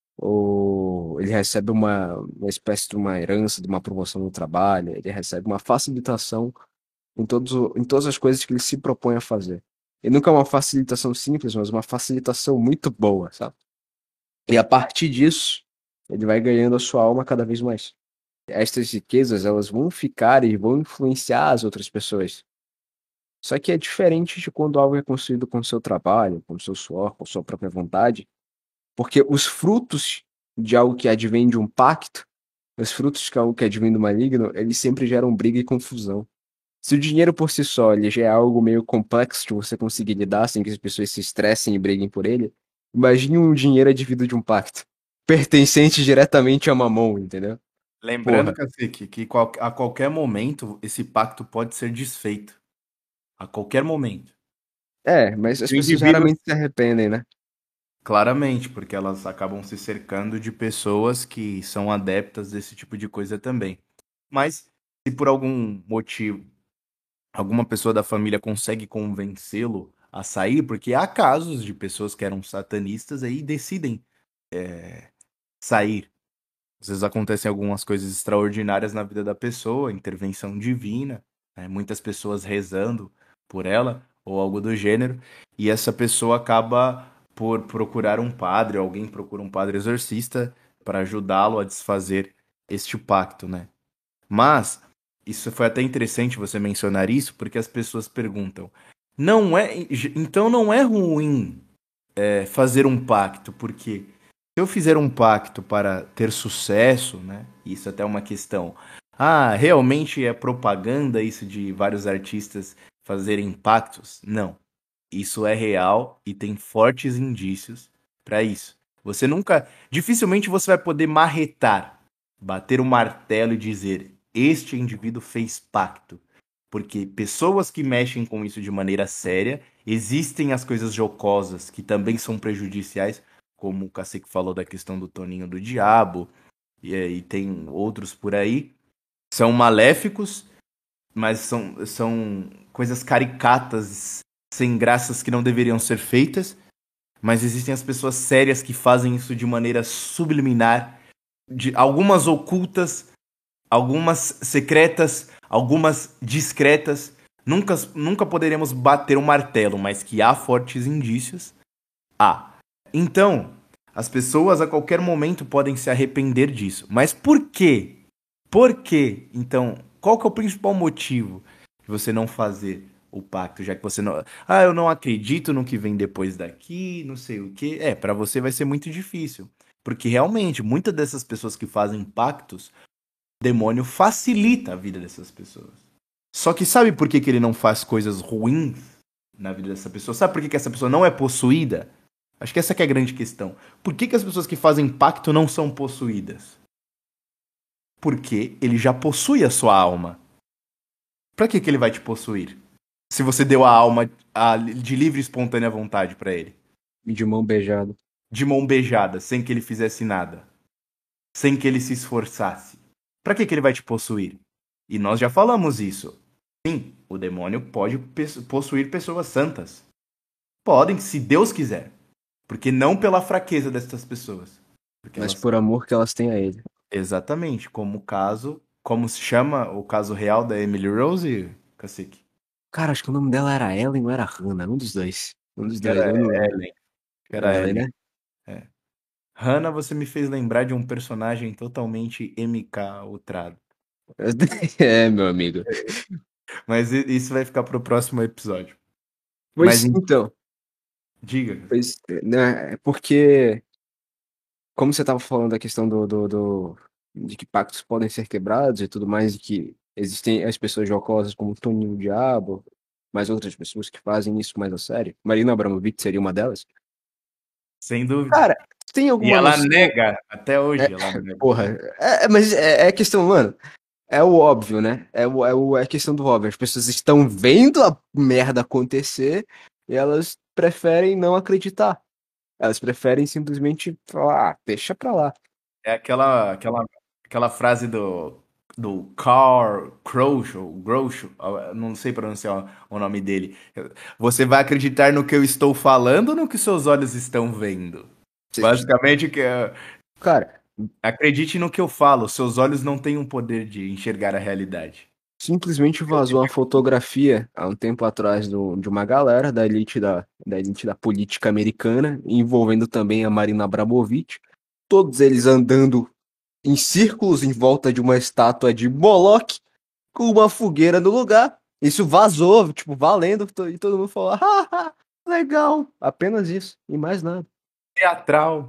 ou ele recebe uma, uma espécie de uma herança, de uma promoção no trabalho, ele recebe uma facilitação em, todos, o- em todas as coisas que ele se propõe a fazer. E nunca é uma facilitação simples, mas uma facilitação muito boa, sabe? E a partir disso, ele vai ganhando a sua alma cada vez mais. Estas riquezas, elas vão ficar e vão influenciar as outras pessoas. Só que é diferente de quando algo é construído com seu trabalho, com seu suor, com sua própria vontade, porque os frutos de algo que advém de um pacto, os frutos de algo que advém do maligno, eles sempre geram briga e confusão. Se o dinheiro por si só ele já é algo meio complexo de você conseguir lidar sem que as pessoas se estressem e briguem por ele, imagine um dinheiro advindo de um pacto, pertencente diretamente a Mamon, entendeu? Lembrando, Porra. Cacique, que qual- a qualquer momento esse pacto pode ser desfeito. A qualquer momento. É, mas as O pessoas indivíduo, raramente se arrependem, né? claramente, porque elas acabam se cercando de pessoas que são adeptas desse tipo de coisa também. Mas, se por algum motivo alguma pessoa da família consegue convencê-lo a sair, porque há casos de pessoas que eram satanistas aí e decidem é, sair. Às vezes acontecem algumas coisas extraordinárias na vida da pessoa, intervenção divina, né? Muitas pessoas rezando por ela ou algo do gênero, e essa pessoa acaba por procurar um padre, alguém procura um padre exorcista para ajudá-lo a desfazer este pacto, né? Mas isso foi até interessante você mencionar isso, porque as pessoas perguntam: não é, então não é ruim é, fazer um pacto, porque se eu fizer um pacto para ter sucesso, né? Isso até é uma questão. Ah, realmente é propaganda isso de vários artistas fazerem pactos? Não. Isso é real e tem fortes indícios para isso. Você nunca, dificilmente você vai poder marretar, bater o martelo e dizer: este indivíduo fez pacto. Porque pessoas que mexem com isso de maneira séria, existem as coisas jocosas que também são prejudiciais, como o Cacique falou da questão do Toninho do Diabo, e, e tem outros por aí. São maléficos, mas são, são coisas caricatas, sem graças que não deveriam ser feitas. Mas existem as pessoas sérias que fazem isso de maneira subliminar, de algumas ocultas, algumas secretas, algumas discretas. Nunca, nunca poderemos bater o martelo, mas que há fortes indícios. Há. Então, as pessoas a qualquer momento podem se arrepender disso. Mas por quê? Por quê? Então, qual que é o principal motivo de você não fazer o pacto, já que você não... Ah, eu não acredito no que vem depois daqui, não sei o quê. É, pra você vai ser muito difícil. Porque realmente, muitas dessas pessoas que fazem pactos, o demônio facilita a vida dessas pessoas. Só que sabe por que, que ele não faz coisas ruins na vida dessa pessoa? Sabe por que, que essa pessoa não é possuída? Acho que essa que é a grande questão. Por que, que as pessoas que fazem pacto não são possuídas? Porque ele já possui a sua alma. Pra que, que ele vai te possuir? Se você deu a alma a- de livre e espontânea vontade pra ele. De mão beijada. De mão beijada, sem que ele fizesse nada. Sem que ele se esforçasse. Pra que, que ele vai te possuir? E nós já falamos isso. Sim, o demônio pode pe- possuir pessoas santas. Podem, se Deus quiser. Porque não pela fraqueza dessas pessoas. Porque Mas elas... por amor que elas têm a ele. Exatamente, como o caso... Como se chama o caso real da Emily Rose, Cacique? Cara, acho que o nome dela era Ellen ou era Hannah? Um dos dois. Um dos dois, Era eu não lembro. Ellen. Era Era Ellen, Ellen. né? É. Hannah, você me fez lembrar de um personagem totalmente M K ultrado. É, meu amigo. Mas i- isso vai ficar pro próximo episódio. Mas Pois em- então, diga. pois, né, é porque, como você estava falando da questão do, do, do- de que pactos podem ser quebrados e tudo mais, e que existem as pessoas jocosas como o Toninho o Diabo, mas outras pessoas que fazem isso mais a sério. Marina Abramovic seria uma delas. Sem dúvida. Cara, tem E alguma ela noção? nega, até É, hoje ela nega. porra, é, é- mas é, é questão, mano. É o óbvio, né? É, o, é, o, é a questão do óbvio. As pessoas estão vendo a merda acontecer e elas preferem não acreditar. Elas preferem simplesmente falar, ah, deixa pra lá. É aquela, aquela, aquela frase do do Carl Groucho, Groucho, não sei pronunciar o nome dele. Você vai acreditar no que eu estou falando ou no que seus olhos estão vendo? Basicamente, que é, Cara, acredite no que eu falo, seus olhos não têm o poder de enxergar a realidade. simplesmente vazou uma fotografia há um tempo atrás do, de uma galera da elite da, da elite da política americana, envolvendo também a Marina Abramovic, todos eles andando em círculos em volta de uma estátua de Moloch, com uma fogueira no lugar. Isso vazou, tipo, valendo, to- e todo mundo falou, haha, legal. Apenas isso, e mais nada. Teatral,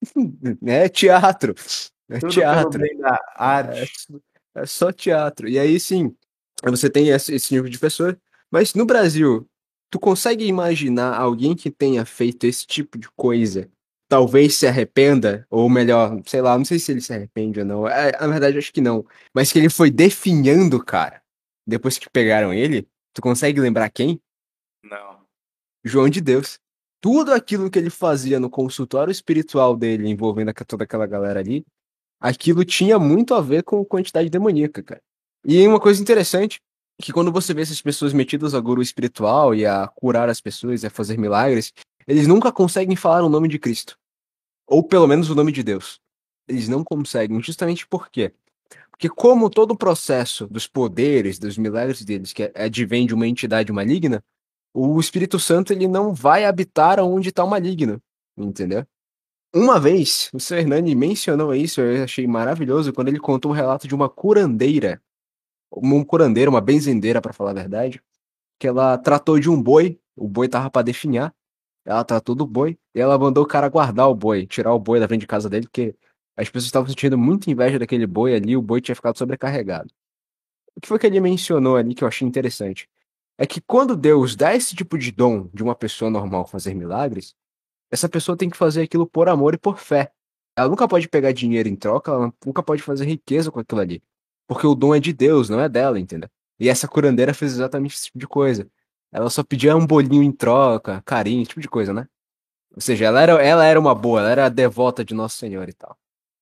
É teatro, é tudo pelo teatro, bem da é, arte. é só teatro. E aí, sim, você tem esse, esse nível de pessoa, mas no Brasil, tu consegue imaginar alguém que tenha feito esse tipo de coisa, talvez se arrependa, ou melhor, sei lá, não sei se ele se arrepende ou não, é, na verdade acho que não, mas que ele foi definhando, cara, depois que pegaram ele, tu consegue lembrar quem? Não. João de Deus. Tudo aquilo que ele fazia no consultório espiritual dele, envolvendo aqua- toda aquela galera ali, aquilo tinha muito a ver com quantidade demoníaca, cara. E uma coisa interessante, que quando você vê essas pessoas metidas a guru espiritual e a curar as pessoas e a fazer milagres, eles nunca conseguem falar o nome de Cristo. Ou pelo menos o nome de Deus. Eles não conseguem, justamente por quê? Porque como todo o processo dos poderes, dos milagres deles, que é- advém de uma entidade maligna, o Espírito Santo ele não vai habitar onde está o maligno, entendeu? Uma vez, o seu Hernani mencionou isso, eu achei maravilhoso, quando ele contou o relato de uma curandeira, uma curandeira, uma benzendeira, para falar a verdade, que ela tratou de um boi, o boi tava para definhar, ela tratou do boi, e ela mandou o cara guardar o boi, tirar o boi da frente de casa dele, porque as pessoas estavam sentindo muita inveja daquele boi ali, o boi tinha ficado sobrecarregado. O que foi que ele mencionou ali que eu achei interessante? É que quando Deus dá esse tipo de dom de uma pessoa normal fazer milagres, essa pessoa tem que fazer aquilo por amor e por fé. Ela nunca pode pegar dinheiro em troca, ela nunca pode fazer riqueza com aquilo ali. Porque o dom é de Deus, não é dela, entendeu? E essa curandeira fez exatamente esse tipo de coisa. Ela só pedia um bolinho em troca, carinho, esse tipo de coisa, né? Ou seja, ela era, ela era uma boa, ela era a devota de Nosso Senhor e tal.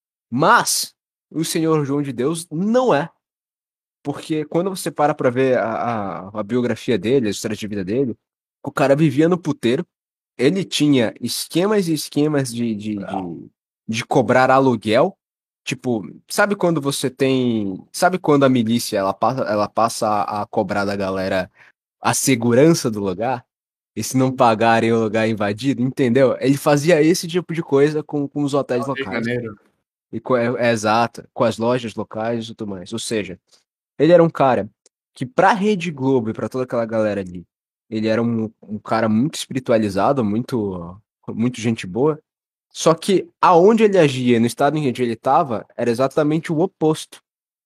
Mas o Senhor João de Deus não é. Porque quando você para pra ver a, a, a biografia dele, a história de vida dele, o cara vivia no puteiro, ele tinha esquemas e esquemas de, de, de, de cobrar aluguel. Tipo, sabe quando você tem. Sabe quando a milícia ela passa, ela passa a, a cobrar da galera a segurança do lugar? E se não pagarem o lugar é invadido, entendeu? Ele fazia esse tipo de coisa com, com os hotéis Rio de locais. Janeiro. E com, é, é exato, com as lojas locais e tudo mais. Ou seja, ele era um cara que, pra Rede Globo e pra toda aquela galera ali, ele era um, um cara muito espiritualizado, muito, muito gente boa. Só que aonde ele agia, no estado em que ele estava, era exatamente o oposto.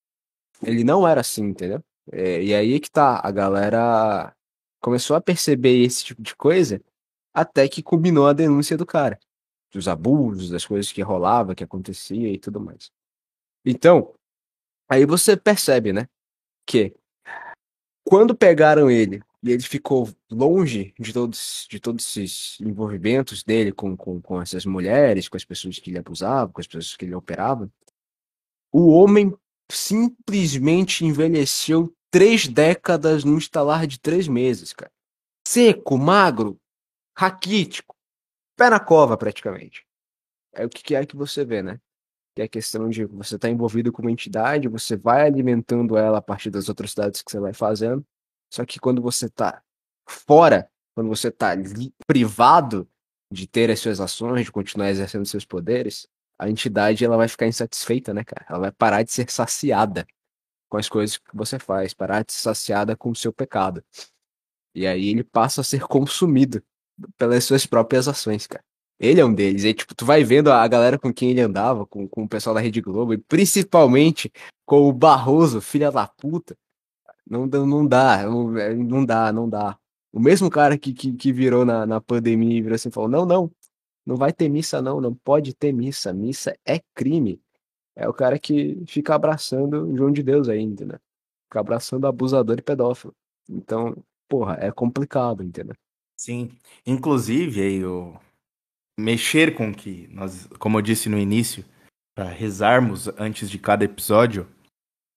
Ele não era assim, entendeu? É, e aí que tá, a galera começou a perceber esse tipo de coisa, até que culminou a denúncia do cara, dos abusos, das coisas que rolava, que acontecia e tudo mais. Então, aí você percebe, né, que quando pegaram ele e ele ficou longe de todos, de todos esses envolvimentos dele com, com, com essas mulheres, com as pessoas que ele abusava, com as pessoas que ele operava, o homem simplesmente envelheceu três décadas num estalar de três meses, cara. Seco, magro, raquítico, pé na cova praticamente. É o que que é que você vê, né? Que é a questão de você estar envolvido com uma entidade, você vai alimentando ela a partir das atrocidades que você vai fazendo. Só que quando você está fora, quando você está privado de ter as suas ações, de continuar exercendo seus poderes, a entidade ela vai ficar insatisfeita, né, cara? Ela vai parar de ser saciada com as coisas que você faz, parar de ser saciada com o seu pecado. E aí ele passa a ser consumido pelas suas próprias ações, cara. Ele é um deles. E, tipo, tu vai vendo a galera com quem ele andava, com, com o pessoal da Rede Globo, e principalmente com o Barroso, filha da puta. Não, dá- não dá, não é, não dá, não dá. O mesmo cara que, que, que virou na, na pandemia e virou assim, falou, não, não, não vai ter missa não, não pode ter missa, missa é crime. É o cara que fica abraçando o João de Deus ainda, né? Fica abraçando abusador e pedófilo. Então, porra, é complicado, entendeu? Sim. Inclusive, aí, o mexer com que nós, como eu disse no início, para rezarmos antes de cada episódio,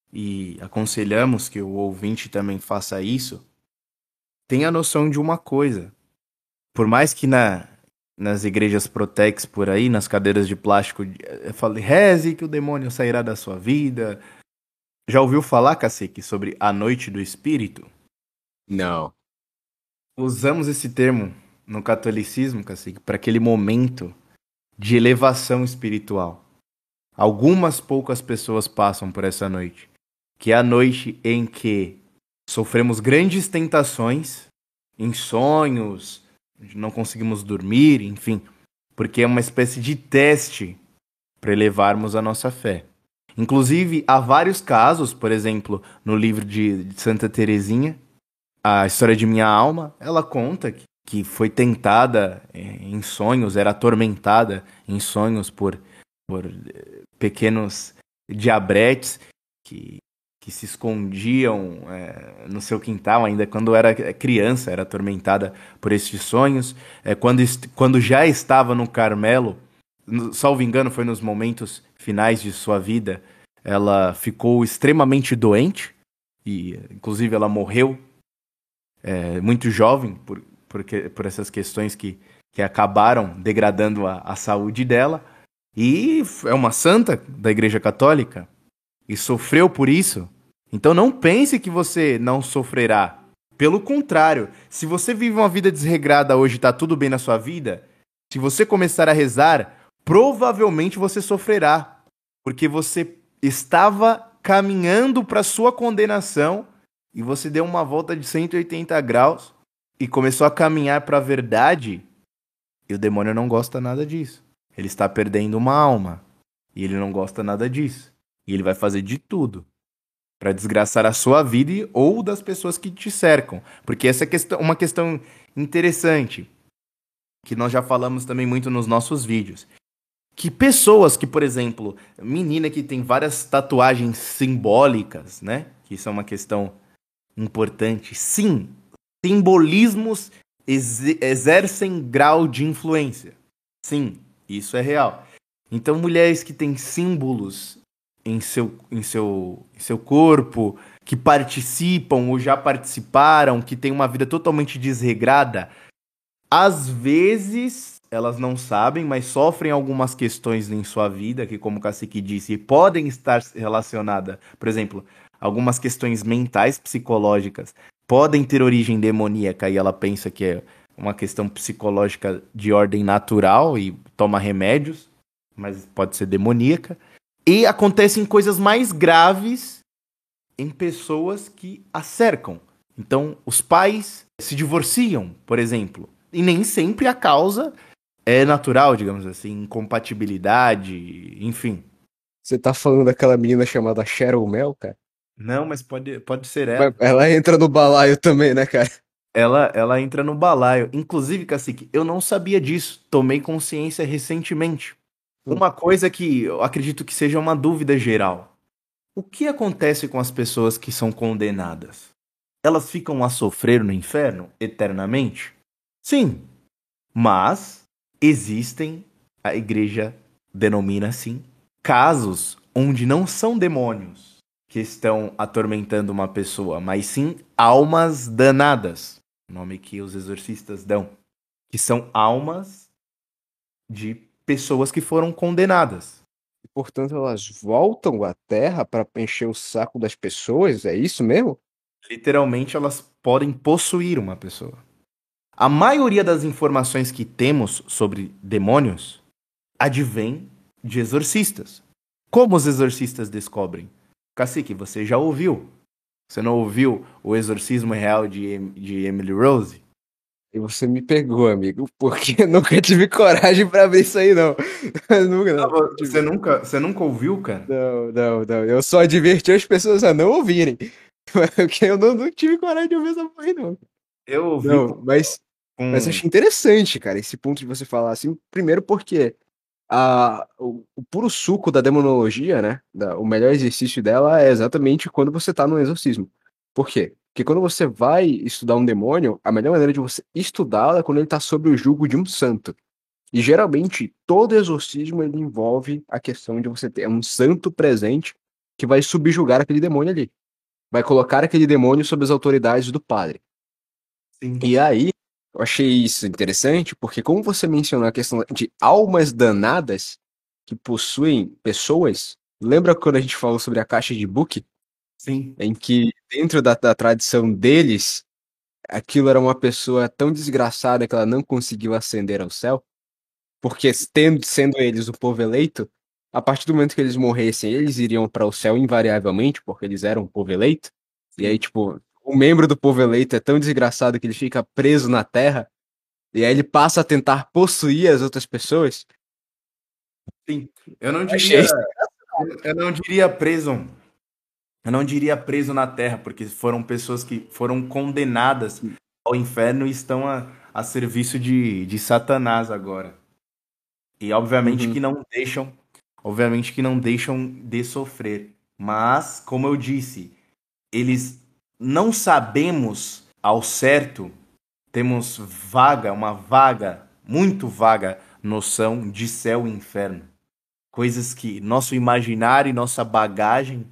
e aconselhamos que o ouvinte também faça isso, tenha noção de uma coisa. Por mais que na, nas igrejas Protex por aí, nas cadeiras de plástico, eu falei, reze que o demônio sairá da sua vida. Já ouviu falar, Cacique, sobre a noite do espírito? Não. Usamos esse termo no catolicismo, Cacique, para aquele momento de elevação espiritual. Algumas poucas pessoas passam por essa noite, que é a noite em que sofremos grandes tentações, em sonhos, não conseguimos dormir, enfim, porque é uma espécie de teste para elevarmos a nossa fé. Inclusive, há vários casos, por exemplo, no livro de, de Santa Teresinha, a história de Minha Alma, ela conta que, que foi tentada em sonhos, era atormentada em sonhos por, por pequenos diabretes que, que se escondiam é, no seu quintal, ainda quando era criança, era atormentada por esses sonhos. É, quando, quando já estava no Carmelo, salvo engano, foi nos momentos finais de sua vida, ela ficou extremamente doente, e inclusive ela morreu é, muito jovem, por, por, por essas questões que, que acabaram degradando a, a saúde dela, e é uma santa da Igreja Católica, e sofreu por isso. Então não pense que você não sofrerá. Pelo contrário, se você vive uma vida desregrada hoje e está tudo bem na sua vida, se você começar a rezar, provavelmente você sofrerá, porque você estava caminhando para sua condenação e você deu uma volta de cento e oitenta graus e começou a caminhar para a verdade, e o demônio não gosta nada disso. Ele está perdendo uma alma e ele não gosta nada disso. E ele vai fazer de tudo para desgraçar a sua vida ou das pessoas que te cercam. Porque essa é uma questão interessante, que nós já falamos também muito nos nossos vídeos. Que pessoas que, por exemplo, menina que tem várias tatuagens simbólicas, né? Que isso é uma questão importante. Sim, simbolismos ex- exercem grau de influência. Sim, isso é real. Então, mulheres que têm símbolos em seu, em seu, em seu corpo, que participam ou já participaram, que têm uma vida totalmente desregrada, às vezes elas não sabem, mas sofrem algumas questões em sua vida, que, como o Cacique disse, podem estar relacionadas, por exemplo, algumas questões mentais, psicológicas, podem ter origem demoníaca, e ela pensa que é uma questão psicológica de ordem natural e toma remédios, mas pode ser demoníaca. E acontecem coisas mais graves em pessoas que a cercam. Então, os pais se divorciam, por exemplo, e nem sempre a causa é natural, digamos assim, incompatibilidade, enfim. Você tá falando daquela menina chamada Cheryl Mel, cara? Não, mas pode, pode ser ela. Ela entra no balaio também, né, cara? Ela, ela entra no balaio. Inclusive, Cacique, eu não sabia disso. Tomei consciência recentemente. Uma coisa que eu acredito que seja uma dúvida geral. O que acontece com as pessoas que são condenadas? Elas ficam a sofrer no inferno eternamente? Sim. Mas existem, a igreja denomina assim, casos onde não são demônios que estão atormentando uma pessoa, mas sim almas danadas, nome que os exorcistas dão, que são almas de pessoas que foram condenadas. E, portanto, elas voltam à Terra para encher o saco das pessoas? É isso mesmo? Literalmente, elas podem possuir uma pessoa. A maioria das informações que temos sobre demônios advém de exorcistas. Como os exorcistas descobrem? Cacique, você já ouviu? Você não ouviu O Exorcismo Real de, em- de Emily Rose? E você me pegou, amigo, porque eu nunca tive coragem pra abrir isso aí, não. Nunca, não. Ah, Você nunca, você nunca ouviu, cara? Não, não, não. Eu só adverti as pessoas a não ouvirem. Porque eu não, não tive coragem de ouvir essa porra aí, não. Eu ouvi Não, com, mas, com- mas achei interessante, cara, esse ponto de você falar assim. Primeiro porque a, o, o puro suco da demonologia, né? da- o melhor exercício dela é exatamente quando você tá no exorcismo. Por quê? Porque quando você vai estudar um demônio, a melhor maneira de você estudá-lo é quando ele tá sob o jugo de um santo. E geralmente todo exorcismo ele envolve a questão de você ter um santo presente que vai subjugar aquele demônio ali. Vai colocar aquele demônio sob as autoridades do padre. Sim. E aí, eu achei isso interessante, porque como você mencionou a questão de almas danadas que possuem pessoas, lembra quando a gente falou sobre a caixa de Book? Sim. Em que, dentro da, da tradição deles, aquilo era uma pessoa tão desgraçada que ela não conseguiu ascender ao céu? Porque, tendo, sendo eles o povo eleito, a partir do momento que eles morressem, eles iriam para o céu invariavelmente, porque eles eram o povo eleito. Sim. E aí, tipo, o membro do povo eleito é tão desgraçado que ele fica preso na terra, e aí ele passa a tentar possuir as outras pessoas. Sim. Eu não Achei diria, eu não diria preso, eu não diria preso na terra, porque foram pessoas que foram condenadas ao inferno e estão a, a serviço de, de Satanás agora. E obviamente Uhum. que não deixam, obviamente que não deixam de sofrer. Mas, como eu disse, eles não sabemos ao certo, temos vaga, uma vaga, muito vaga noção de céu e inferno. Coisas que nosso imaginário e nossa bagagem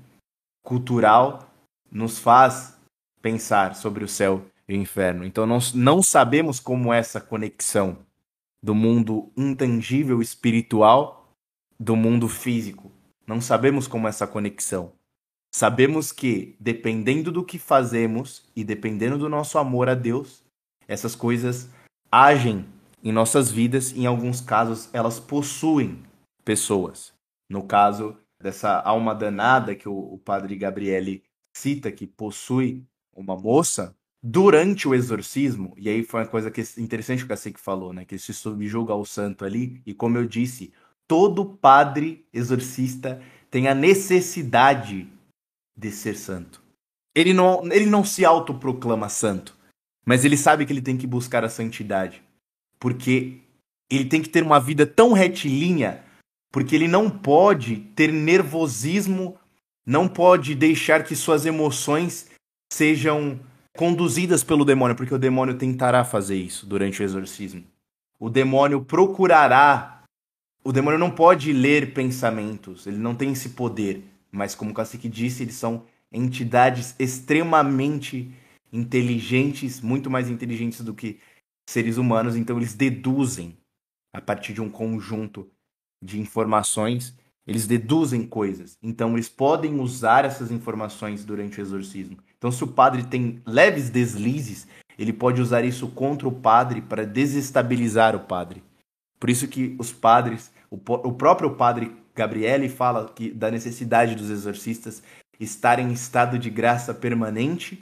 cultural nos faz pensar sobre o céu e o inferno. Então nós não sabemos como essa conexão do mundo intangível espiritual do mundo físico. Não sabemos como essa conexão. Sabemos que, dependendo do que fazemos e dependendo do nosso amor a Deus, essas coisas agem em nossas vidas e, em alguns casos, elas possuem pessoas. No caso dessa alma danada que o, o padre Gabriele cita, que possui uma moça, durante o exorcismo, e aí foi uma coisa que interessante que o Cacique falou, né? Que ele se subjuga ao santo ali, e como eu disse, todo padre exorcista tem a necessidade de ser santo. Ele não, ele não se autoproclama santo, mas ele sabe que ele tem que buscar a santidade, porque ele tem que ter uma vida tão retilínea, porque ele não pode ter nervosismo, não pode deixar que suas emoções sejam conduzidas pelo demônio, porque o demônio tentará fazer isso durante o exorcismo. O demônio procurará. O demônio não pode ler pensamentos, ele não tem esse poder. Mas, como o Cacique disse, eles são entidades extremamente inteligentes, muito mais inteligentes do que seres humanos, então eles deduzem, a partir de um conjunto de informações, eles deduzem coisas. Então, eles podem usar essas informações durante o exorcismo. Então, se o padre tem leves deslizes, ele pode usar isso contra o padre para desestabilizar o padre. Por isso que os padres, o, o próprio padre Gabriele fala que, da necessidade dos exorcistas estarem em estado de graça permanente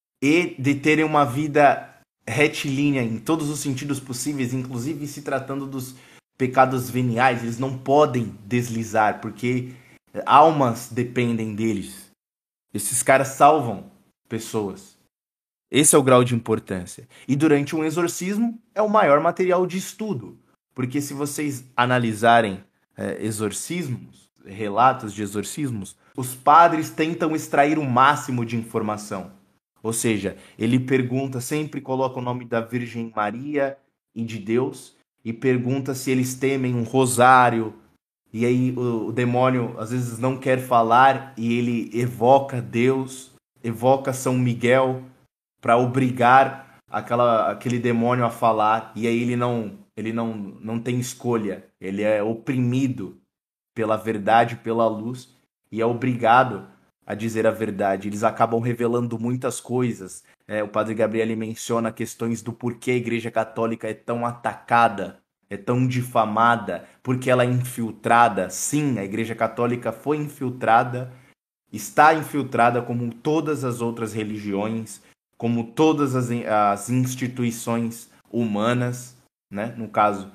e de terem uma vida retilínea em todos os sentidos possíveis, inclusive se tratando dos pecados veniais. Eles não podem deslizar, porque almas dependem deles. Esses caras salvam pessoas. Esse é o grau de importância. E durante um exorcismo é o maior material de estudo. Porque se vocês analisarem é, exorcismos, relatos de exorcismos, os padres tentam extrair o máximo de informação. Ou seja, ele pergunta, sempre coloca o nome da Virgem Maria e de Deus, e pergunta se eles temem um rosário, e aí o, o demônio às vezes não quer falar, e ele evoca Deus, evoca São Miguel, para obrigar aquela, aquele demônio a falar, e aí ele não, ele não, não tem escolha, ele é oprimido pela verdade, pela luz, e é obrigado a dizer a verdade. Eles acabam revelando muitas coisas. É, o padre Gabriele menciona questões do porquê a Igreja Católica é tão atacada, é tão difamada, porque ela é infiltrada. Sim, a Igreja Católica foi infiltrada, está infiltrada como todas as outras religiões, como todas as, as instituições humanas, né? No caso,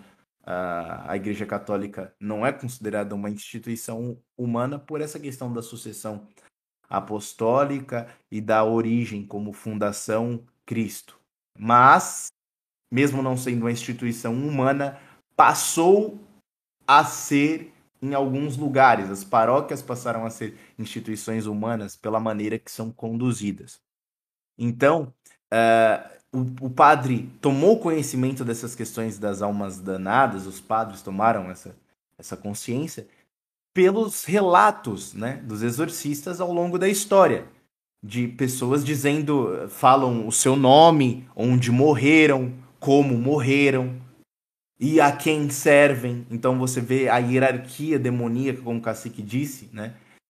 a, a Igreja Católica não é considerada uma instituição humana por essa questão da sucessão apostólica e da origem como fundação Cristo. Mas, mesmo não sendo uma instituição humana, passou a ser em alguns lugares. As paróquias passaram a ser instituições humanas pela maneira que são conduzidas. Então, uh, o, o padre tomou conhecimento dessas questões das almas danadas, os padres tomaram essa, essa consciência, pelos relatos, né, dos exorcistas ao longo da história, de pessoas dizendo, falam o seu nome, onde morreram, como morreram e a quem servem. Então você vê a hierarquia demoníaca, como o cacique disse, né?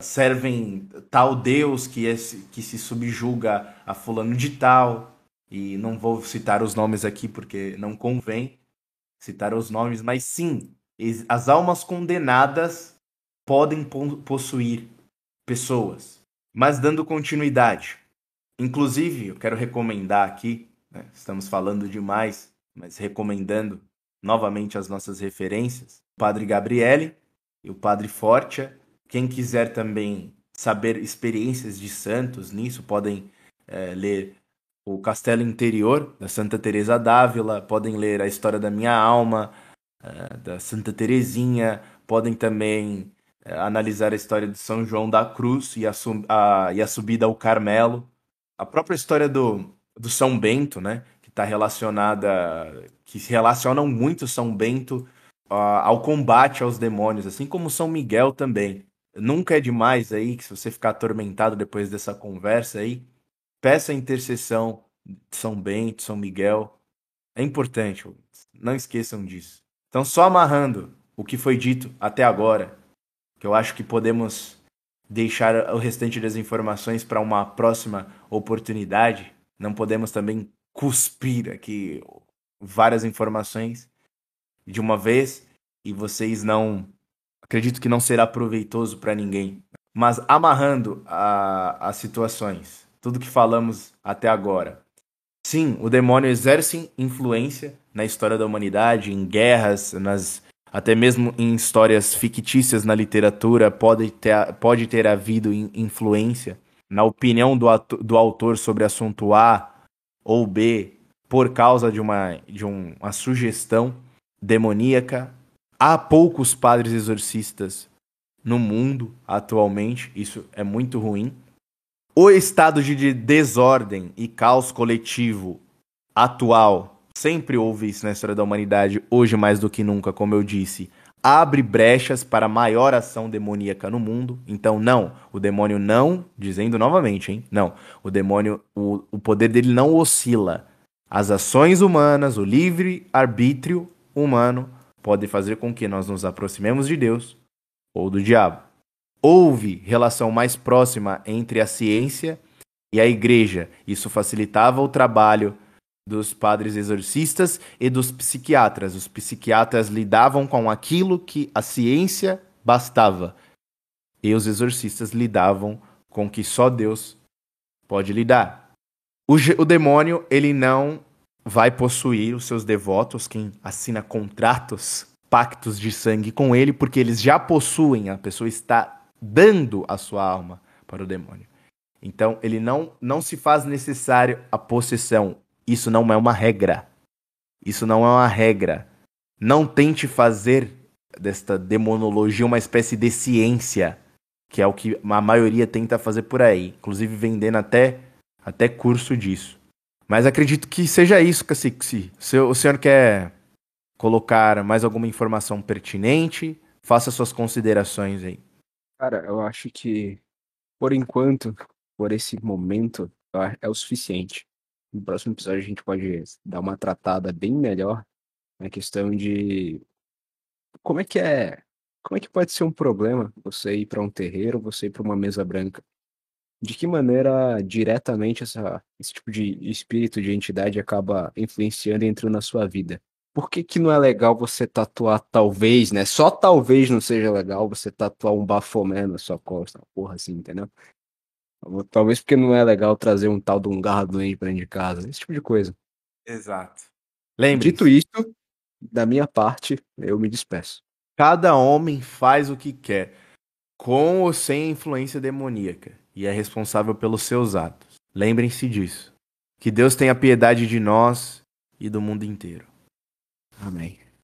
Servem tal deus que, é, que se subjuga a fulano de tal, e não vou citar os nomes aqui porque não convém citar os nomes, mas sim, as almas condenadas podem possuir pessoas. Mas dando continuidade, inclusive eu quero recomendar aqui, né, estamos falando demais, mas recomendando novamente as nossas referências, o Padre Gabriele e o Padre Fortia. Quem quiser também saber experiências de santos nisso, podem é, ler o Castelo Interior, da Santa Teresa d'Ávila, podem ler a História da Minha Alma, é, da Santa Teresinha, podem também é, analisar a história de São João da Cruz e a, a, e a subida ao Carmelo. A própria história do, do São Bento, né, que está relacionada, que se relacionam muito São Bento uh, ao combate aos demônios, assim como São Miguel também. Nunca é demais aí que, se você ficar atormentado depois dessa conversa aí, peça a intercessão de São Bento, São Miguel. É importante, não esqueçam disso. Então, só amarrando o que foi dito até agora, que eu acho que podemos deixar o restante das informações para uma próxima oportunidade. Não podemos também cuspir aqui várias informações de uma vez e vocês não... Acredito que não será proveitoso para ninguém. Mas amarrando a, as situações, tudo que falamos até agora. Sim, o demônio exerce influência na história da humanidade, em guerras, nas, até mesmo em histórias fictícias na literatura, pode ter, pode ter havido influência na opinião do, ato, do autor sobre assunto A ou B, por causa de uma, de um, uma sugestão demoníaca. Há poucos padres exorcistas no mundo atualmente, isso é muito ruim. O estado de desordem e caos coletivo atual, sempre houve isso na história da humanidade, hoje mais do que nunca, como eu disse, abre brechas para maior ação demoníaca no mundo. Então, não, o demônio não, dizendo novamente, hein, não, o demônio, o, o poder dele não oscila. As ações humanas, o livre arbítrio humano, pode fazer com que nós nos aproximemos de Deus ou do diabo. Houve relação mais próxima entre a ciência e a igreja. Isso facilitava o trabalho dos padres exorcistas e dos psiquiatras. Os psiquiatras lidavam com aquilo que a ciência bastava. E os exorcistas lidavam com o que só Deus pode lidar. O, o demônio, ele não vai possuir os seus devotos, quem assina contratos, pactos de sangue com ele, porque eles já possuem, a pessoa está dando a sua alma para o demônio. Então, ele não, não se faz necessário a possessão. Isso não é uma regra. Isso não é uma regra. Não tente fazer desta demonologia uma espécie de ciência, que é o que a maioria tenta fazer por aí, inclusive vendendo até, até curso disso. Mas acredito que seja isso, Cacique. Se o senhor quer colocar mais alguma informação pertinente, faça suas considerações aí. Cara, eu acho que, por enquanto, por esse momento, é o suficiente. No próximo episódio a gente pode dar uma tratada bem melhor na questão de como é que é, como é que pode ser um problema você ir para um terreiro, você ir para uma mesa branca. De que maneira diretamente essa, esse tipo de espírito, de entidade acaba influenciando e entrando na sua vida? Por que que não é legal você tatuar, talvez, né? Só talvez não seja legal você tatuar um Bafomé na sua costa, uma porra assim, entendeu? Talvez porque não é legal trazer um tal de um garra doente pra dentro de casa, esse tipo de coisa. Exato. Dito Lembre-se, isso, da minha parte, eu me despeço. cada homem faz o que quer, com ou sem influência demoníaca, e é responsável pelos seus atos. Lembrem-se disso. Que Deus tenha piedade de nós e do mundo inteiro. Amém.